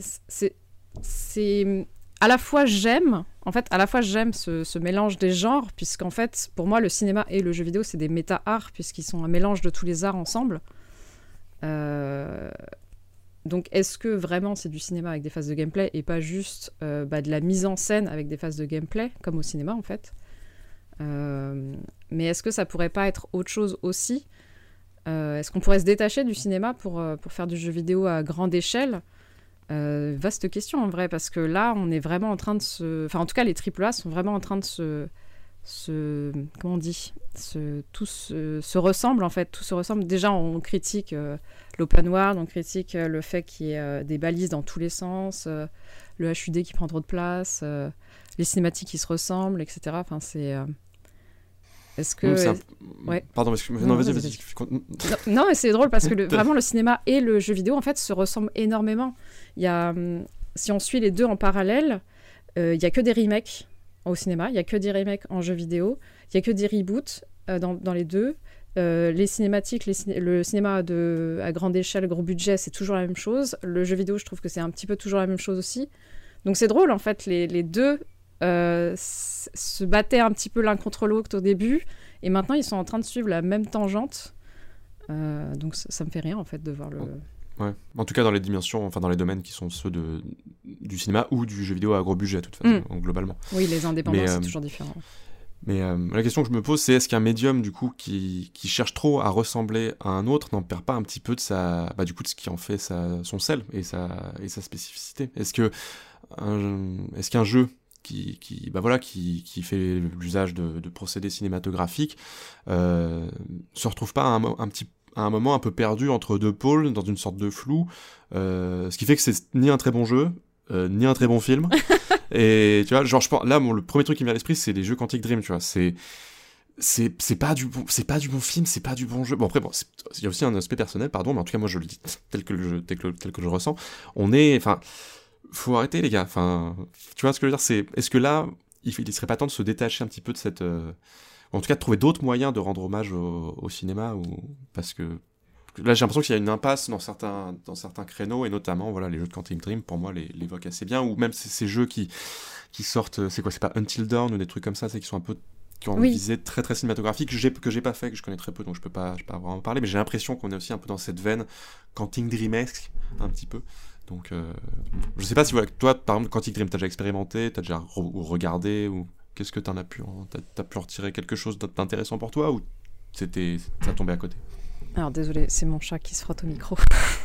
à la fois j'aime ce mélange des genres, puisqu'en fait pour moi le cinéma et le jeu vidéo c'est des méta-arts, puisqu'ils sont un mélange de tous les arts ensemble. Donc est-ce que vraiment c'est du cinéma avec des phases de gameplay et pas juste de la mise en scène avec des phases de gameplay comme au cinéma en fait, mais est-ce que ça pourrait pas être autre chose aussi? Est-ce qu'on pourrait se détacher du cinéma pour faire du jeu vidéo à grande échelle? Vaste question en vrai, parce que là on est vraiment en train de en tout cas les AAA sont vraiment en train de comment on dit, tout se ressemble en fait, tout se ressemble. Déjà, on critique l'open world, on critique le fait qu'il y ait des balises dans tous les sens, le HUD qui prend trop de place, les cinématiques qui se ressemblent, etc. Enfin, c'est... Est-ce que... Ouais. Pardon, non, vas-y. Non, mais c'est drôle parce que vraiment, le cinéma et le jeu vidéo, en fait, se ressemblent énormément. Il y a, si on suit les deux en parallèle, il n'y a que des remakes au cinéma, il n'y a que des remakes en jeu vidéo, il n'y a que des reboots dans les deux. Les cinématiques, le cinéma à grande échelle, gros budget, c'est toujours la même chose. Le jeu vidéo, je trouve que c'est un petit peu toujours la même chose aussi. Donc c'est drôle, en fait, les deux se battaient un petit peu l'un contre l'autre au début, et maintenant ils sont en train de suivre la même tangente. Donc ça me fait rire, en fait, de voir le... Ouais. En tout cas, dans les dimensions, enfin dans les domaines qui sont ceux du cinéma ou du jeu vidéo à gros budget, de toute façon, globalement. Oui, les indépendants, c'est toujours différent. Mais la question que je me pose, c'est est-ce qu'un médium, du coup, qui cherche trop à ressembler à un autre, n'en perd pas un petit peu de de ce qui en fait son sel et sa spécificité? Est-ce qu'un jeu qui fait l'usage de procédés cinématographiques se retrouve pas à un moment un peu perdu entre deux pôles, dans une sorte de flou, ce qui fait que c'est ni un très bon jeu, ni un très bon film. Et tu vois, genre, je pense, là, le premier truc qui me vient à l'esprit, c'est les jeux Quantic Dream, tu vois. C'est pas du bon film, c'est pas du bon jeu. Bon, après, il y a aussi un aspect personnel, pardon, mais en tout cas, moi, je le dis tel que je ressens. Faut arrêter, les gars. Enfin, tu vois ce que je veux dire, est-ce que là, il serait pas temps de se détacher un petit peu de cette... en tout cas, de trouver d'autres moyens de rendre hommage au cinéma, parce que là, j'ai l'impression qu'il y a une impasse dans certains créneaux, et notamment, voilà, les jeux de Quantic Dream, pour moi, l'évoquent assez bien, ou même ces jeux qui sortent, c'est pas Until Dawn, ou des trucs comme ça, c'est qui sont un peu, qui ont une visée très très cinématographique, que j'ai pas fait, que je connais très peu, donc je peux pas vraiment en parler, mais j'ai l'impression qu'on est aussi un peu dans cette veine Quantic Dreamesque, un petit peu. Donc, je sais pas si, voilà, toi, par exemple, Quantic Dream, t'as déjà expérimenté, t'as déjà regardé, ou qu'est-ce que t'as pu en retirer quelque chose d'intéressant pour toi, ou ça tombait à côté? Alors, désolé, c'est mon chat qui se frotte au micro.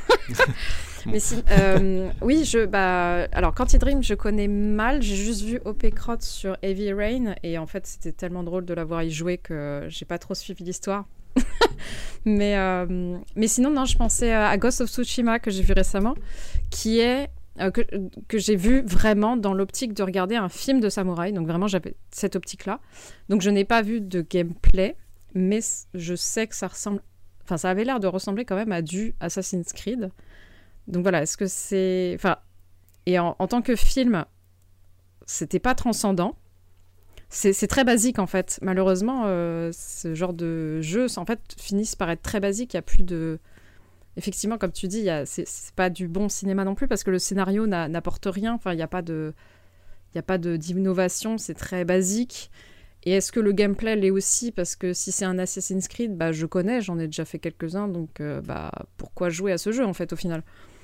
Mais oui, alors, Quantic Dream, je connais mal, j'ai juste vu OP Crot sur Heavy Rain, et en fait, c'était tellement drôle de l'avoir y joué que j'ai pas trop suivi l'histoire. mais sinon, non, je pensais à Ghost of Tsushima que j'ai vu récemment, qui est que j'ai vu vraiment dans l'optique de regarder un film de samouraï. Donc vraiment, j'avais cette optique-là. Donc je n'ai pas vu de gameplay, mais je sais que ça ressemble... Enfin, ça avait l'air de ressembler quand même à du Assassin's Creed. Donc voilà, est-ce que c'est... Enfin, et en tant que film, c'était pas transcendant. C'est très basique, en fait. Malheureusement, ce genre de jeux, en fait, finissent par être très basiques. Il n'y a plus de... Effectivement, comme tu dis, c'est pas du bon cinéma non plus, parce que le scénario n'apporte rien. Enfin, il n'y a pas d'innovation, c'est très basique. Et est-ce que le gameplay l'est aussi? Parce que si c'est un Assassin's Creed, je connais, j'en ai déjà fait quelques-uns, donc pourquoi jouer à ce jeu, en fait, au final?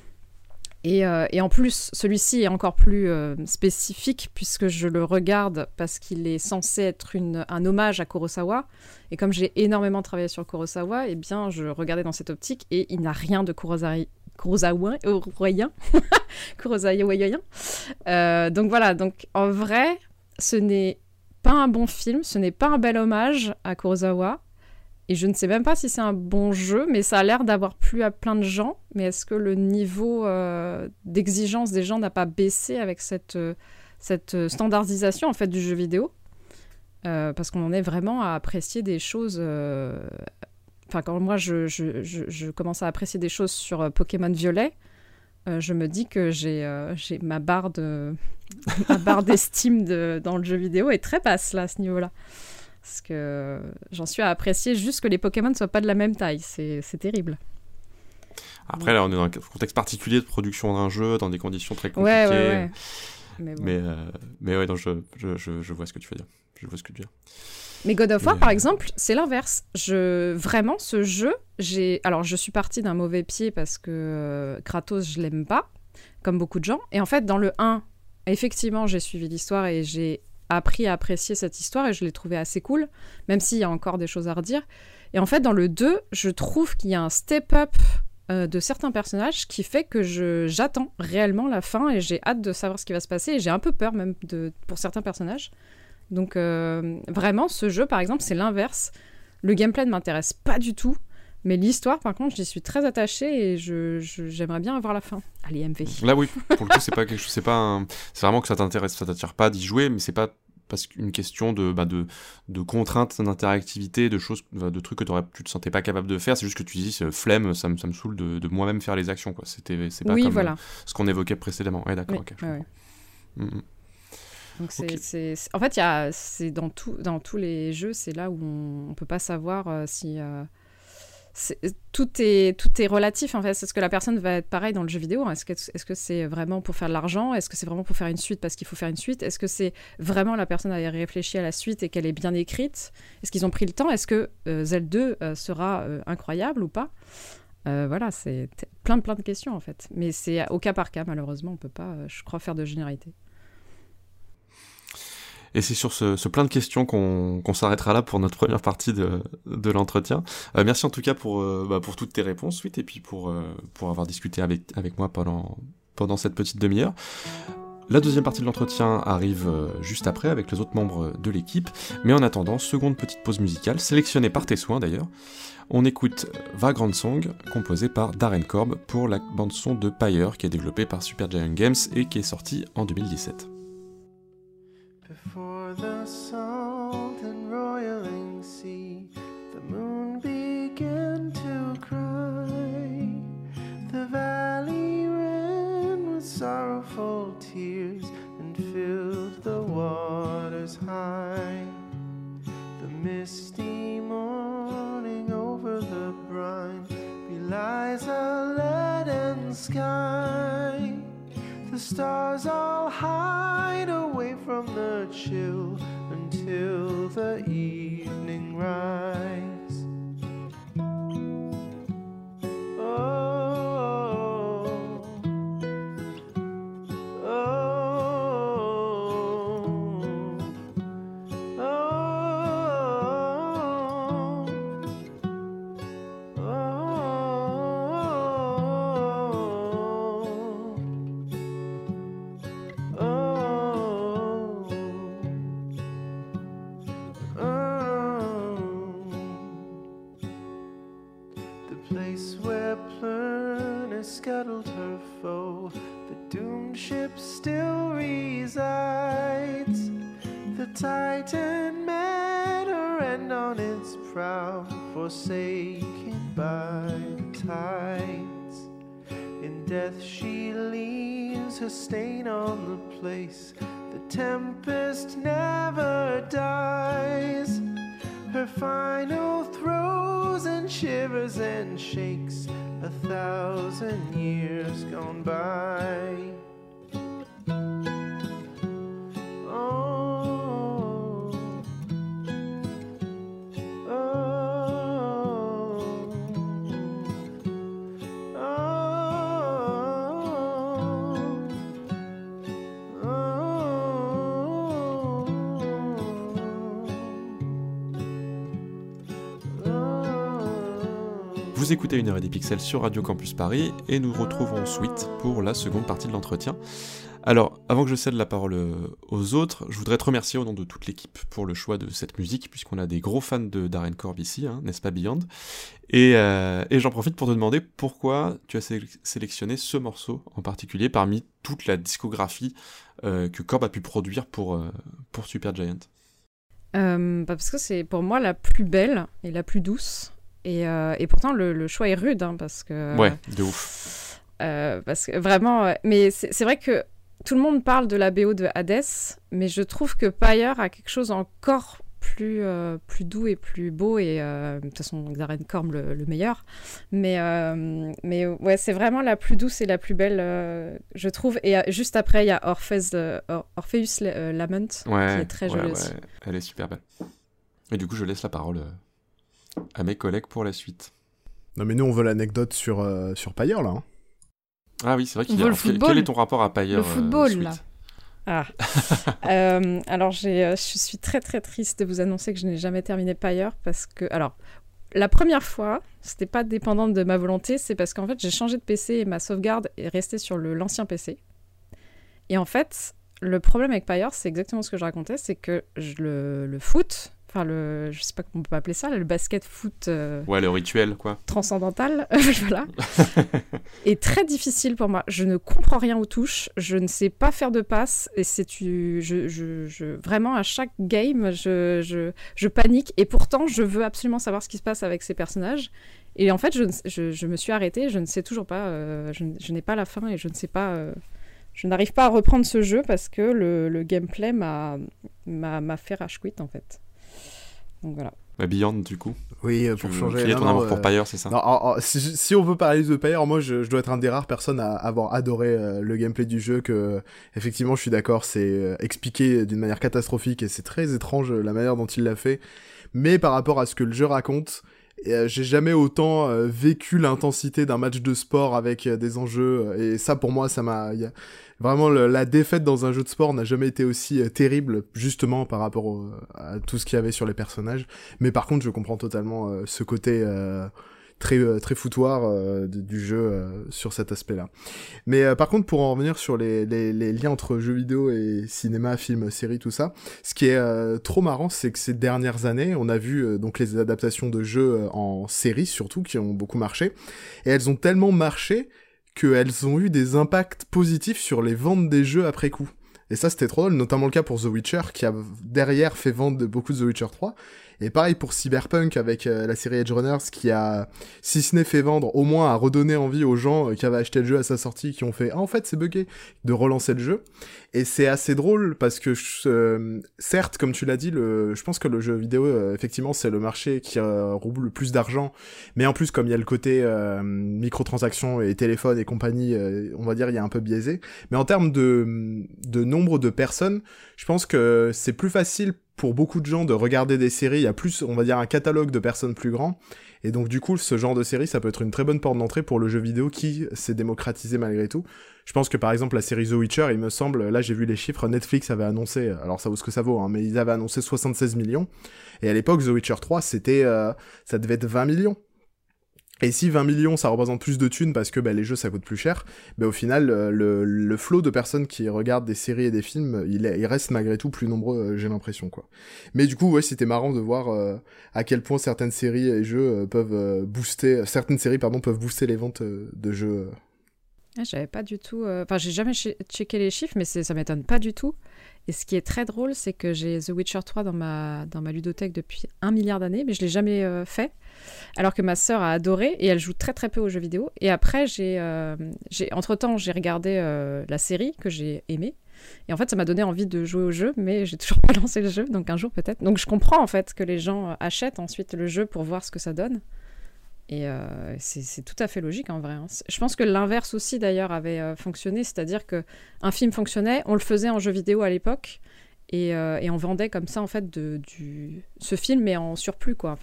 Et en plus, celui-ci est encore plus spécifique, puisque je le regarde parce qu'il est censé être un hommage à Kurosawa. Et comme j'ai énormément travaillé sur Kurosawa, eh bien, je regardais dans cette optique, et il n'a rien de kurosawaien. Donc voilà, donc en vrai, ce n'est pas un bon film, ce n'est pas un bel hommage à Kurosawa. Et je ne sais même pas si c'est un bon jeu, mais ça a l'air d'avoir plu à plein de gens. Mais est-ce que le niveau d'exigence des gens n'a pas baissé avec cette standardisation, en fait, du jeu vidéo? Parce qu'on en est vraiment à apprécier des choses... Enfin, quand moi, je commence à apprécier des choses sur Pokémon Violet, je me dis que j'ai ma barre d'estime dans le jeu vidéo est très basse, là, à ce niveau-là. Parce que j'en suis à apprécier juste que les Pokémon ne soient pas de la même taille. C'est terrible. Après, là, on est dans un contexte particulier de production d'un jeu, dans des conditions très compliquées. Ouais. Mais ouais, donc je vois ce que tu veux dire. Je vois ce que tu veux dire. Mais God of War, par exemple, c'est l'inverse. Vraiment, ce jeu, alors, je suis partie d'un mauvais pied parce que Kratos, je l'aime pas, comme beaucoup de gens. Et en fait, dans le 1, effectivement, j'ai suivi l'histoire et j'ai appris à apprécier cette histoire et je l'ai trouvée assez cool, même s'il y a encore des choses à redire. Et en fait, dans le 2, je trouve qu'il y a un step-up de certains personnages qui fait que j'attends réellement la fin et j'ai hâte de savoir ce qui va se passer et j'ai un peu peur même pour certains personnages. Donc vraiment, ce jeu, par exemple, c'est l'inverse. Le gameplay ne m'intéresse pas du tout, mais l'histoire, par contre, j'y suis très attachée et j'aimerais bien avoir la fin. Allez, MV. Là, oui, pour le coup, c'est pas quelque chose, c'est vraiment que ça t'intéresse, ça t'attire pas d'y jouer, mais c'est pas parce qu'une question de contraintes d'interactivité, de choses, de trucs que tu te sentais pas capable de faire, c'est juste que tu dis flemme, ça me saoule de moi-même faire les actions, quoi. C'est pas comme voilà. Ce qu'on évoquait précédemment. Ouais, d'accord, ok. Donc en fait, c'est dans tous les jeux, c'est là où on peut pas savoir si tout est relatif en fait. Est-ce que la personne va être pareille dans le jeu vidéo? Est-ce que c'est vraiment pour faire de l'argent? Est-ce que c'est vraiment pour faire une suite parce qu'il faut faire une suite? Est-ce que c'est vraiment la personne a réfléchi à la suite et qu'elle est bien écrite? Est-ce qu'ils ont pris le temps? Est-ce que Zelda 2 sera incroyable ou pas? Voilà, c'est plein de questions en fait. Mais c'est au cas par cas, malheureusement, on peut pas, je crois, faire de généralité. Et c'est sur ce plein de questions qu'on s'arrêtera là pour notre première partie de l'entretien. Merci en tout cas pour toutes tes réponses, Sweet, et puis pour avoir discuté avec moi pendant cette petite demi-heure. La deuxième partie de l'entretien arrive juste après avec les autres membres de l'équipe, mais en attendant, seconde petite pause musicale, sélectionnée par tes soins d'ailleurs. On écoute Vagrant Song, composé par Darren Korb pour la bande-son de Pyre, qui est développée par Supergiant Games et qui est sortie en 2017. Before the salt and roiling sea, the moon began to cry. The valley ran with sorrowful tears and filled the waters high. The misty morning over the brine belies a leaden sky. The stars all hide away from the chill until the evening rise. Oh, oh, oh, place where Plurna scuttled her foe, the doomed ship still resides. The Titan met her end on its prow, forsaken by the tides. In death she leaves her stain on the place, the tempest never dies. Her final throes and shivers and shakes 1,000 years gone by. Oh, oh, Vous écoutez 1h et des pixels sur Radio Campus Paris et nous retrouvons Sweet pour la seconde partie de l'entretien. Alors, avant que je cède la parole aux autres, je voudrais te remercier au nom de toute l'équipe pour le choix de cette musique, puisqu'on a des gros fans de Darren Korb ici, hein, n'est-ce pas Beyond ? Et j'en profite pour te demander pourquoi tu as sélectionné ce morceau en particulier parmi toute la discographie que Korb a pu produire pour Supergiant. Parce que c'est pour moi la plus belle et la plus douce. Et pourtant, le choix est rude, hein, parce que... Ouais, de ouf. Parce que vraiment... mais c'est vrai que tout le monde parle de la BO de Hades, mais je trouve que Pyre a quelque chose encore plus doux et plus beau, et de toute façon, Darren Korb le meilleur. Mais ouais, c'est vraiment la plus douce et la plus belle, je trouve. Et juste après, il y a Orpheus Lament, ouais, qui est très jolie aussi. Ouais, elle est super belle. Et du coup, je laisse la parole à mes collègues pour la suite. Non mais nous on veut l'anecdote sur Pyre là. Hein. Ah oui, c'est vrai quel est ton rapport à Pyre? Le football là. Ah. Alors je suis très très triste de vous annoncer que je n'ai jamais terminé Pyre parce que la première fois, c'était pas dépendant de ma volonté, c'est parce qu'en fait j'ai changé de PC et ma sauvegarde est restée sur l'ancien PC. Et en fait, le problème avec Pyre, c'est exactement ce que je racontais, c'est que le foot, enfin je sais pas comment on peut appeler ça, le basket foot. Ouais, le rituel, quoi. Transcendantal, voilà. est très difficile pour moi. Je ne comprends rien aux touches, je ne sais pas faire de passes, et vraiment à chaque game, je panique, et pourtant je veux absolument savoir ce qui se passe avec ces personnages. Et en fait, je me suis arrêtée, je ne sais toujours pas, je n'ai pas la fin, et je ne sais pas. Je n'arrive pas à reprendre ce jeu parce que le gameplay m'a fait rage quit en fait. Donc voilà. Beyond, du coup. Oui, pour changer. Crier ton amour pour Pyre, c'est ça? Non, si on veut parler de Pyre, moi je dois être un des rares personnes à avoir adoré le gameplay du jeu. Que effectivement, je suis d'accord, c'est expliqué d'une manière catastrophique et c'est très étrange la manière dont il l'a fait. Mais par rapport à ce que le jeu raconte, j'ai jamais autant vécu l'intensité d'un match de sport avec des enjeux. Et ça, pour moi, ça m'a. Vraiment, la défaite dans un jeu de sport n'a jamais été aussi terrible, justement par rapport à tout ce qu'il y avait sur les personnages. Mais par contre, je comprends totalement ce côté très foutoir du jeu sur cet aspect-là. Mais par contre, pour en revenir sur les liens entre jeux vidéo et cinéma, film, série, tout ça, ce qui est trop marrant, c'est que ces dernières années, on a vu donc les adaptations de jeux en série, surtout, qui ont beaucoup marché. Et elles ont tellement marché qu'elles ont eu des impacts positifs sur les ventes des jeux après coup. Et ça, c'était trop drôle, notamment le cas pour The Witcher, qui a derrière fait vendre beaucoup de The Witcher 3. Et pareil pour Cyberpunk avec la série Edge Runners, qui a, si ce n'est fait vendre, au moins a redonné envie aux gens qui avaient acheté le jeu à sa sortie, qui ont fait « Ah, en fait, c'est buggé !» de relancer le jeu. Et c'est assez drôle, parce que, certes, comme tu l'as dit, je pense que le jeu vidéo, effectivement, c'est le marché qui roule le plus d'argent. Mais en plus, comme il y a le côté microtransactions et téléphone et compagnie, on va dire, il y a un peu biaisé. Mais en termes de nombre de personnes, je pense que c'est plus facile pour beaucoup de gens de regarder des séries, il y a plus, on va dire, un catalogue de personnes plus grand, et donc du coup, ce genre de série, ça peut être une très bonne porte d'entrée pour le jeu vidéo qui s'est démocratisé malgré tout. Je pense que par exemple, la série The Witcher, il me semble, là j'ai vu les chiffres, Netflix avait annoncé, alors ça vaut ce que ça vaut, hein, mais ils avaient annoncé 76 millions, et à l'époque, The Witcher 3, c'était, ça devait être 20 millions. Et si 20 millions, ça représente plus de thunes parce que les jeux, ça coûte plus cher, au final, le flot de personnes qui regardent des séries et des films, il reste malgré tout plus nombreux, j'ai l'impression, quoi. Mais du coup, ouais, c'était marrant de voir à quel point certaines séries et jeux peuvent booster les ventes de jeux. J'avais pas du tout... Enfin, j'ai jamais checké les chiffres, mais ça m'étonne pas du tout. Et ce qui est très drôle, c'est que j'ai The Witcher 3 dans ma ludothèque depuis 1 milliard d'années, mais je l'ai jamais fait. Alors que ma sœur a adoré, et elle joue très très peu aux jeux vidéo. Et après, entre-temps, j'ai regardé la série que j'ai aimée. Et en fait, ça m'a donné envie de jouer au jeu, mais j'ai toujours pas lancé le jeu, donc un jour peut-être. Donc je comprends en fait que les gens achètent ensuite le jeu pour voir ce que ça donne. Et c'est tout à fait logique en vrai. Hein. Je pense que l'inverse aussi d'ailleurs avait fonctionné, c'est-à-dire qu'un film fonctionnait, on le faisait en jeu vidéo à l'époque, et on vendait comme ça en fait ce film, mais en surplus quoi.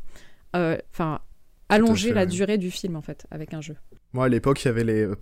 Enfin, allonger la durée du film en fait avec un jeu. Moi à l'époque il y avait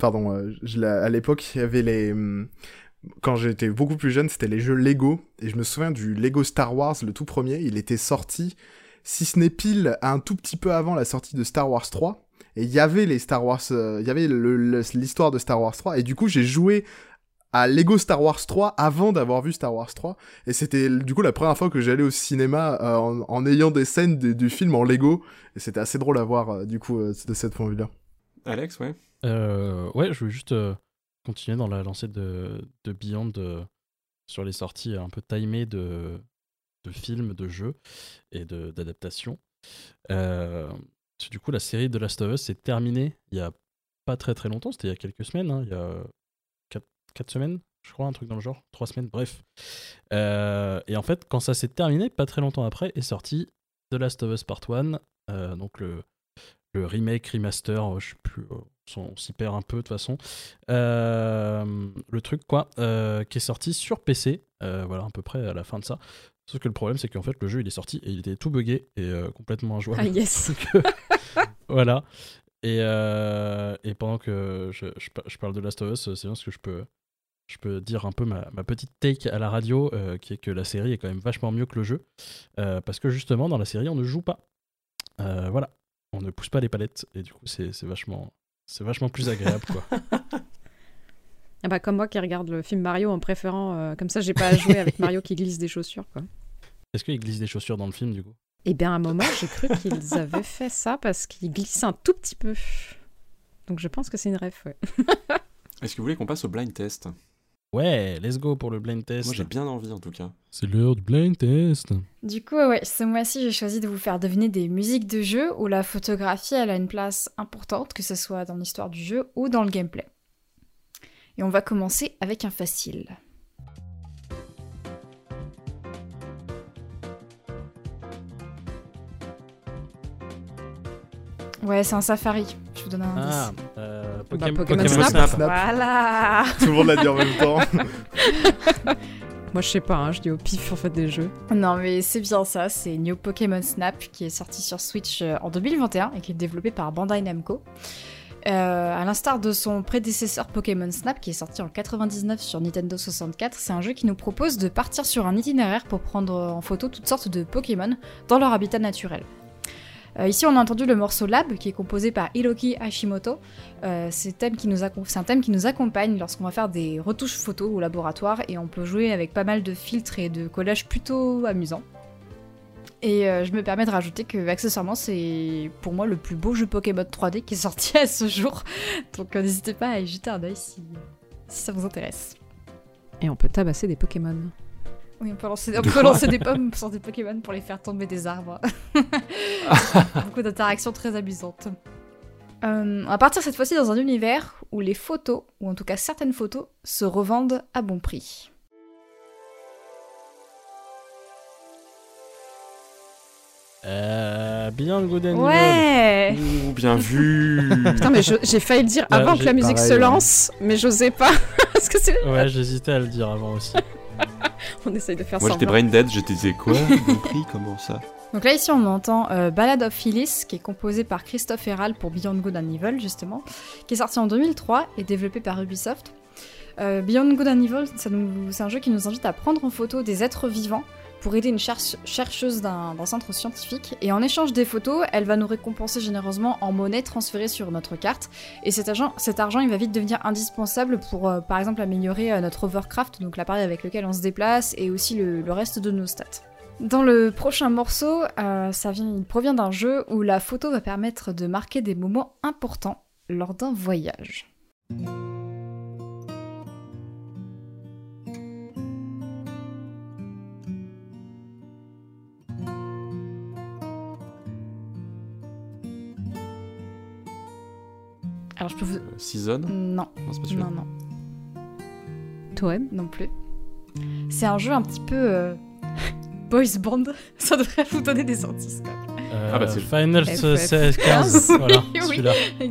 les quand j'étais beaucoup plus jeune, c'était les jeux Lego, et je me souviens du Lego Star Wars, le tout premier, il était sorti, si ce n'est pile, un tout petit peu avant la sortie de Star Wars 3, et il y avait les Star Wars, il y avait l'histoire de Star Wars 3, et du coup j'ai joué à Lego Star Wars 3 avant d'avoir vu Star Wars 3, et c'était du coup la première fois que j'allais au cinéma en ayant des scènes du film en Lego, et c'était assez drôle à voir du coup de cette point de vue-là. Alex, ouais. Ouais, je veux juste continuer dans la lancée de Beyond sur les sorties un peu timées de films, de jeux et d'adaptations. Du coup, la série de Last of Us s'est terminée il y a pas très très longtemps, c'était il y a quelques semaines, hein, il y a 4 semaines, je crois, un truc dans le genre, 3 semaines, bref. Et en fait, quand ça s'est terminé, pas très longtemps après, est sorti The Last of Us Part 1, donc le remake, remaster, je sais plus, on s'y perd un peu de toute façon. Le truc, quoi, qui est sorti sur PC, voilà, à peu près à la fin de ça. Sauf que le problème, c'est qu'en fait, le jeu, il est sorti et il était tout buggé et complètement injouable. Ah, yes. Donc, voilà. Et pendant que je parle de Last of Us, c'est bien parce que je peux dire un peu ma petite take à la radio, qui est que la série est quand même vachement mieux que le jeu. Parce que justement, dans la série, on ne joue pas. Voilà. On ne pousse pas les palettes. Et du coup, c'est vachement plus agréable, quoi. Ah bah, comme moi qui regarde le film Mario en préférant, comme ça j'ai pas à jouer avec Mario qui glisse des chaussures, quoi. Est-ce qu'il glisse des chaussures dans le film, du coup? Eh bien, à un moment, j'ai cru qu'ils avaient fait ça parce qu'ils glissent un tout petit peu. Donc je pense que c'est une ref, ouais. Est-ce que vous voulez qu'on passe au blind test? Ouais, let's go pour le blind test. Moi j'ai bien envie en tout cas. C'est l'heure du blind test. Du coup, ouais, ce mois-ci, j'ai choisi de vous faire deviner des musiques de jeu où la photographie, elle a une place importante, que ce soit dans l'histoire du jeu ou dans le gameplay. Et on va commencer avec un facile. Ouais, c'est un safari. Je vous donne un indice. Pokémon Snap. Voilà. Tout le monde l'a dit en même temps. Moi, je sais pas, hein, je dis au pif en fait des jeux. Non, mais c'est bien ça. C'est New Pokémon Snap qui est sorti sur Switch en 2021 et qui est développé par Bandai Namco. À l'instar de son prédécesseur Pokémon Snap qui est sorti en 99 sur Nintendo 64, c'est un jeu qui nous propose de partir sur un itinéraire pour prendre en photo toutes sortes de Pokémon dans leur habitat naturel. Ici, on a entendu le morceau Lab, qui est composé par Hiroki Hashimoto. C'est un thème qui nous accompagne lorsqu'on va faire des retouches photos au laboratoire, et on peut jouer avec pas mal de filtres et de collages plutôt amusants. Et je me permets de rajouter que, accessoirement, c'est pour moi le plus beau jeu Pokémon 3D qui est sorti à ce jour. Donc n'hésitez pas à y jeter un œil si ça vous intéresse. Et on peut tabasser des Pokémon. Oui, on peut lancer des pommes sur des Pokémon pour les faire tomber des arbres. Beaucoup d'interactions très amusantes. On va partir cette fois-ci dans un univers où les photos, ou en tout cas certaines photos, se revendent à bon prix. Beyond Good and Evil. Ouais. Ouh, bien vu. Putain, mais j'ai failli le dire avant que la musique se lance, mais j'osais pas. Parce que c'est... Ouais, j'hésitais à le dire avant aussi. On essaye de faire Moi semblant. j'étais brain dead, je te disais quoi? Bon prix, comment ça? Donc là ici on entend Ballad of Phyllis qui est composé par Christophe Herald pour Beyond Good and Evil justement, qui est sorti en 2003 et développé par Ubisoft. Beyond Good and Evil, c'est un jeu qui nous invite à prendre en photo des êtres vivants pour aider une chercheuse d'un centre scientifique, et en échange des photos, elle va nous récompenser généreusement en monnaie transférée sur notre carte, et cet argent il va vite devenir indispensable pour par exemple améliorer notre hovercraft, donc l'appareil avec lequel on se déplace, et aussi le reste de nos stats. Dans le prochain morceau, il provient d'un jeu où la photo va permettre de marquer des moments importants lors d'un voyage. Alors je peux vous... Season? Non. C'est pas celui-là. Non. Toem? Non plus. C'est un jeu un petit peu... boys band. Ça devrait vous donner des indices quand même. Bah c'est Final 15. Voilà, celui-là.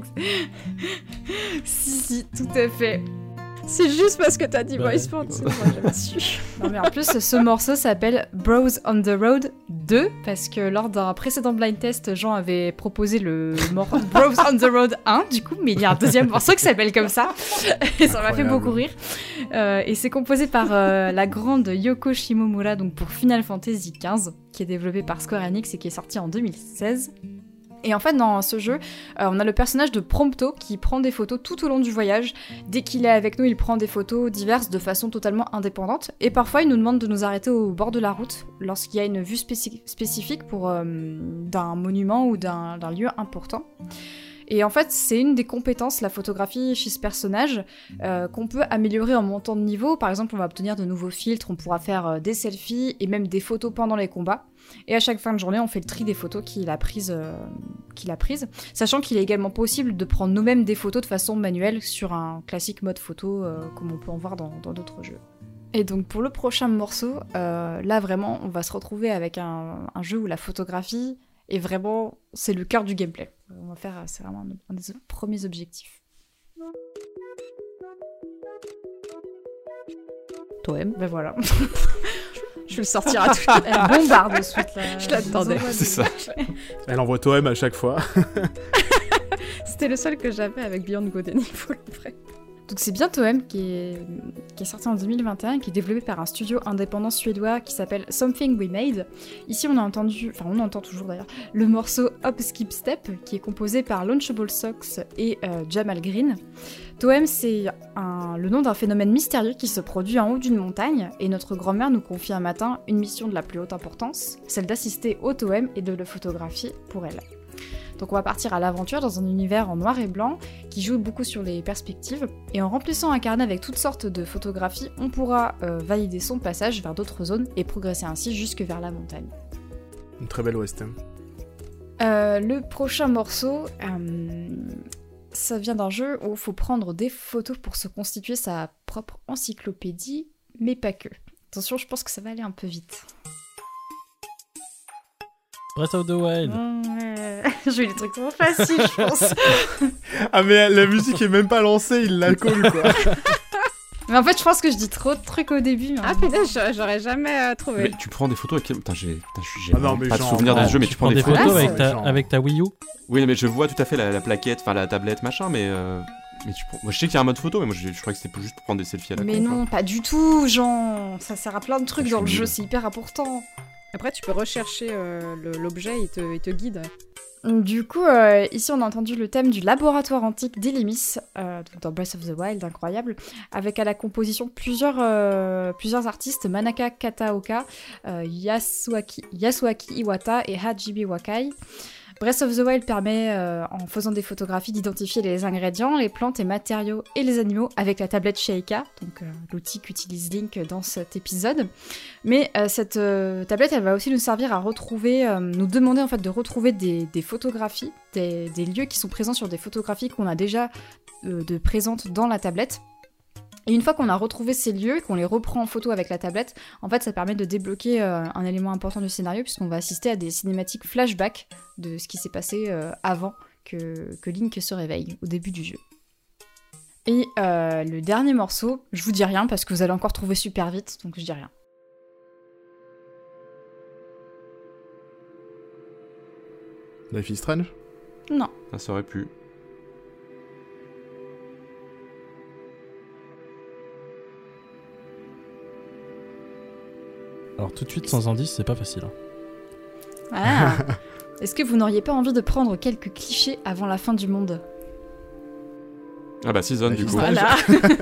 Si, tout à fait. C'est juste parce que t'as dit Boys Band, sinon j'aurais jamais su. Non mais en plus, ce morceau s'appelle Bros on the Road 2, parce que lors d'un précédent blind test, Jean avait proposé le morceau Bros on the Road 1, du coup, mais il y a un deuxième morceau qui s'appelle comme ça, et ça m'a fait beaucoup rire. Et c'est composé par la grande Yoko Shimomura, donc pour Final Fantasy XV, qui est développé par Square Enix et qui est sorti en 2016. Et en fait, dans ce jeu, on a le personnage de Prompto qui prend des photos tout au long du voyage. Dès qu'il est avec nous, il prend des photos diverses de façon totalement indépendante. Et parfois, il nous demande de nous arrêter au bord de la route lorsqu'il y a une vue spécifique d'un monument ou d'un lieu important. Et en fait, c'est une des compétences, la photographie chez ce personnage, qu'on peut améliorer en montant de niveau. Par exemple, on va obtenir de nouveaux filtres, on pourra faire des selfies et même des photos pendant les combats. Et à chaque fin de journée, on fait le tri des photos qu'il a prises, sachant qu'il est également possible de prendre nous-mêmes des photos de façon manuelle sur un classique mode photo, comme on peut en voir dans d'autres jeux. Et donc pour le prochain morceau, là vraiment, on va se retrouver avec un jeu où la photographie est vraiment, c'est le cœur du gameplay. C'est vraiment un des premiers objectifs. Toem. Ben voilà. Je vais le sortir à tout. Elle bombarde de suite là. Je l'attendais. C'est ça. Elle envoie Toem à chaque fois. C'était le seul que j'avais avec Beyond Good and Evil après. Donc c'est bien Toem qui est sorti en 2021 et qui est développé par un studio indépendant suédois qui s'appelle Something We Made. Ici on entend toujours d'ailleurs le morceau Hop Skip Step qui est composé par Lunchable Socks et Jamal Green. Tohem, c'est le nom d'un phénomène mystérieux qui se produit en haut d'une montagne, et notre grand-mère nous confie un matin une mission de la plus haute importance, celle d'assister au Tohem et de le photographier pour elle. Donc on va partir à l'aventure dans un univers en noir et blanc qui joue beaucoup sur les perspectives, et en remplissant un carnet avec toutes sortes de photographies, on pourra valider son passage vers d'autres zones et progresser ainsi jusque vers la montagne. Une très belle OST. Le prochain morceau, ça vient d'un jeu où il faut prendre des photos pour se constituer sa propre encyclopédie, mais pas que. Attention, je pense que ça va aller un peu vite. Breath of the Wild. J'ai eu des trucs trop faciles, je pense. Ah mais la musique est même pas lancée, il la colle quoi. Mais en fait, je pense que je dis trop de trucs au début. Ah putain, j'aurais jamais trouvé. Mais tu prends des photos avec... Putain, j'ai mais pas de souvenir de ce jeu, mais tu prends des photos photos avec ta Wii U. Oui, mais je vois tout à fait la plaquette, enfin la tablette, machin, mais tu prends... Moi, je sais qu'il y a un mode photo, mais moi je croyais que c'était juste pour prendre des selfies à la con. Mais non, pas du tout, Jean. Ça sert à plein de trucs dans le jeu, c'est hyper important. Après, tu peux rechercher l'objet, il te guide. Du coup, ici on a entendu le thème du laboratoire antique d'Elimis, donc dans Breath of the Wild, incroyable, avec à la composition plusieurs artistes, Manaka Kataoka, Yasuaki Iwata et Hajibi Wakai. Breath of the Wild permet, en faisant des photographies, d'identifier les ingrédients, les plantes et matériaux et les animaux avec la tablette Sheikah, donc l'outil qu'utilise Link dans cet épisode. Mais cette tablette, elle va aussi nous servir à retrouver, nous demander en fait de retrouver des photographies, des lieux qui sont présents sur des photographies qu'on a déjà présentes dans la tablette. Et une fois qu'on a retrouvé ces lieux et qu'on les reprend en photo avec la tablette, en fait ça permet de débloquer un élément important du scénario puisqu'on va assister à des cinématiques flashback de ce qui s'est passé avant que Link se réveille au début du jeu. Et le dernier morceau, je vous dis rien parce que vous allez encore trouver super vite, donc je dis rien. Life is Strange ? Non. Ça aurait pu. Alors tout de suite, sans indice, c'est pas facile. Ah. Est-ce que vous n'auriez pas envie de prendre quelques clichés avant la fin du monde ? Ah bah Season du coup. Voilà.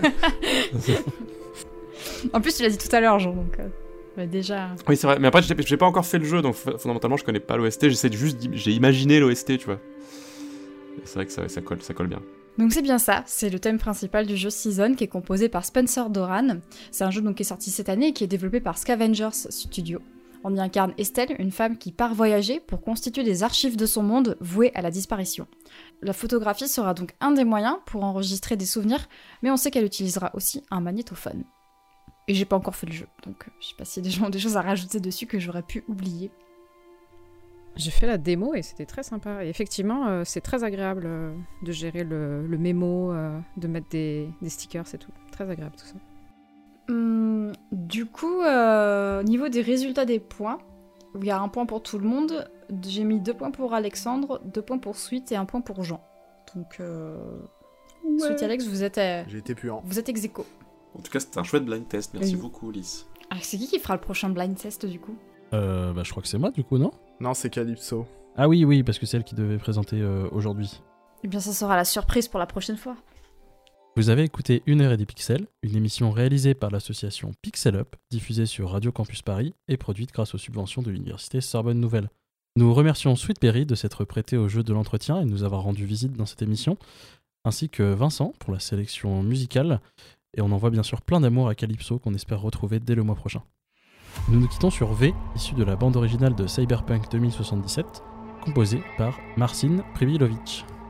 En plus, tu l'as dit tout à l'heure, Jean, donc déjà... Oui, c'est vrai, mais après, j'ai pas encore fait le jeu, donc fondamentalement, je connais pas l'OST, j'ai imaginé l'OST, tu vois. Et c'est vrai que ça colle bien. Donc c'est bien ça, c'est le thème principal du jeu Season qui est composé par Spencer Doran. C'est un jeu donc qui est sorti cette année et qui est développé par Scavengers Studio. On y incarne Estelle, une femme qui part voyager pour constituer des archives de son monde vouées à la disparition. La photographie sera donc un des moyens pour enregistrer des souvenirs, mais on sait qu'elle utilisera aussi un magnétophone. Et j'ai pas encore fait le jeu, donc je sais pas s'il y a des gens ont des choses à rajouter dessus que j'aurais pu oublier. J'ai fait la démo et c'était très sympa. Et effectivement, c'est très agréable de gérer le mémo, de mettre des stickers et tout. Très agréable tout ça. Du coup, au niveau des résultats des points, il y a un point pour tout le monde. J'ai mis 2 points pour Alexandre, 2 points pour Sweet et 1 point pour Jean. Donc, Sweet et Alex, vous êtes J'ai été puant. Vous êtes ex aequo. En tout cas, c'était un chouette blind test. Merci beaucoup, Lys. Ah, c'est qui fera le prochain blind test du coup ? Bah, je crois que c'est moi du coup, non ? Non, c'est Calypso. Ah oui, parce que c'est elle qui devait présenter aujourd'hui. Eh bien, ça sera la surprise pour la prochaine fois. Vous avez écouté 1 heure et des pixels, une émission réalisée par l'association Pixel Up, diffusée sur Radio Campus Paris et produite grâce aux subventions de l'université Sorbonne Nouvelle. Nous remercions Sweetberry de s'être prêté au jeu de l'entretien et de nous avoir rendu visite dans cette émission, ainsi que Vincent pour la sélection musicale, et on envoie bien sûr plein d'amour à Calypso qu'on espère retrouver dès le mois prochain. Nous nous quittons sur V, issu de la bande originale de Cyberpunk 2077, composée par Marcin Pribilovic.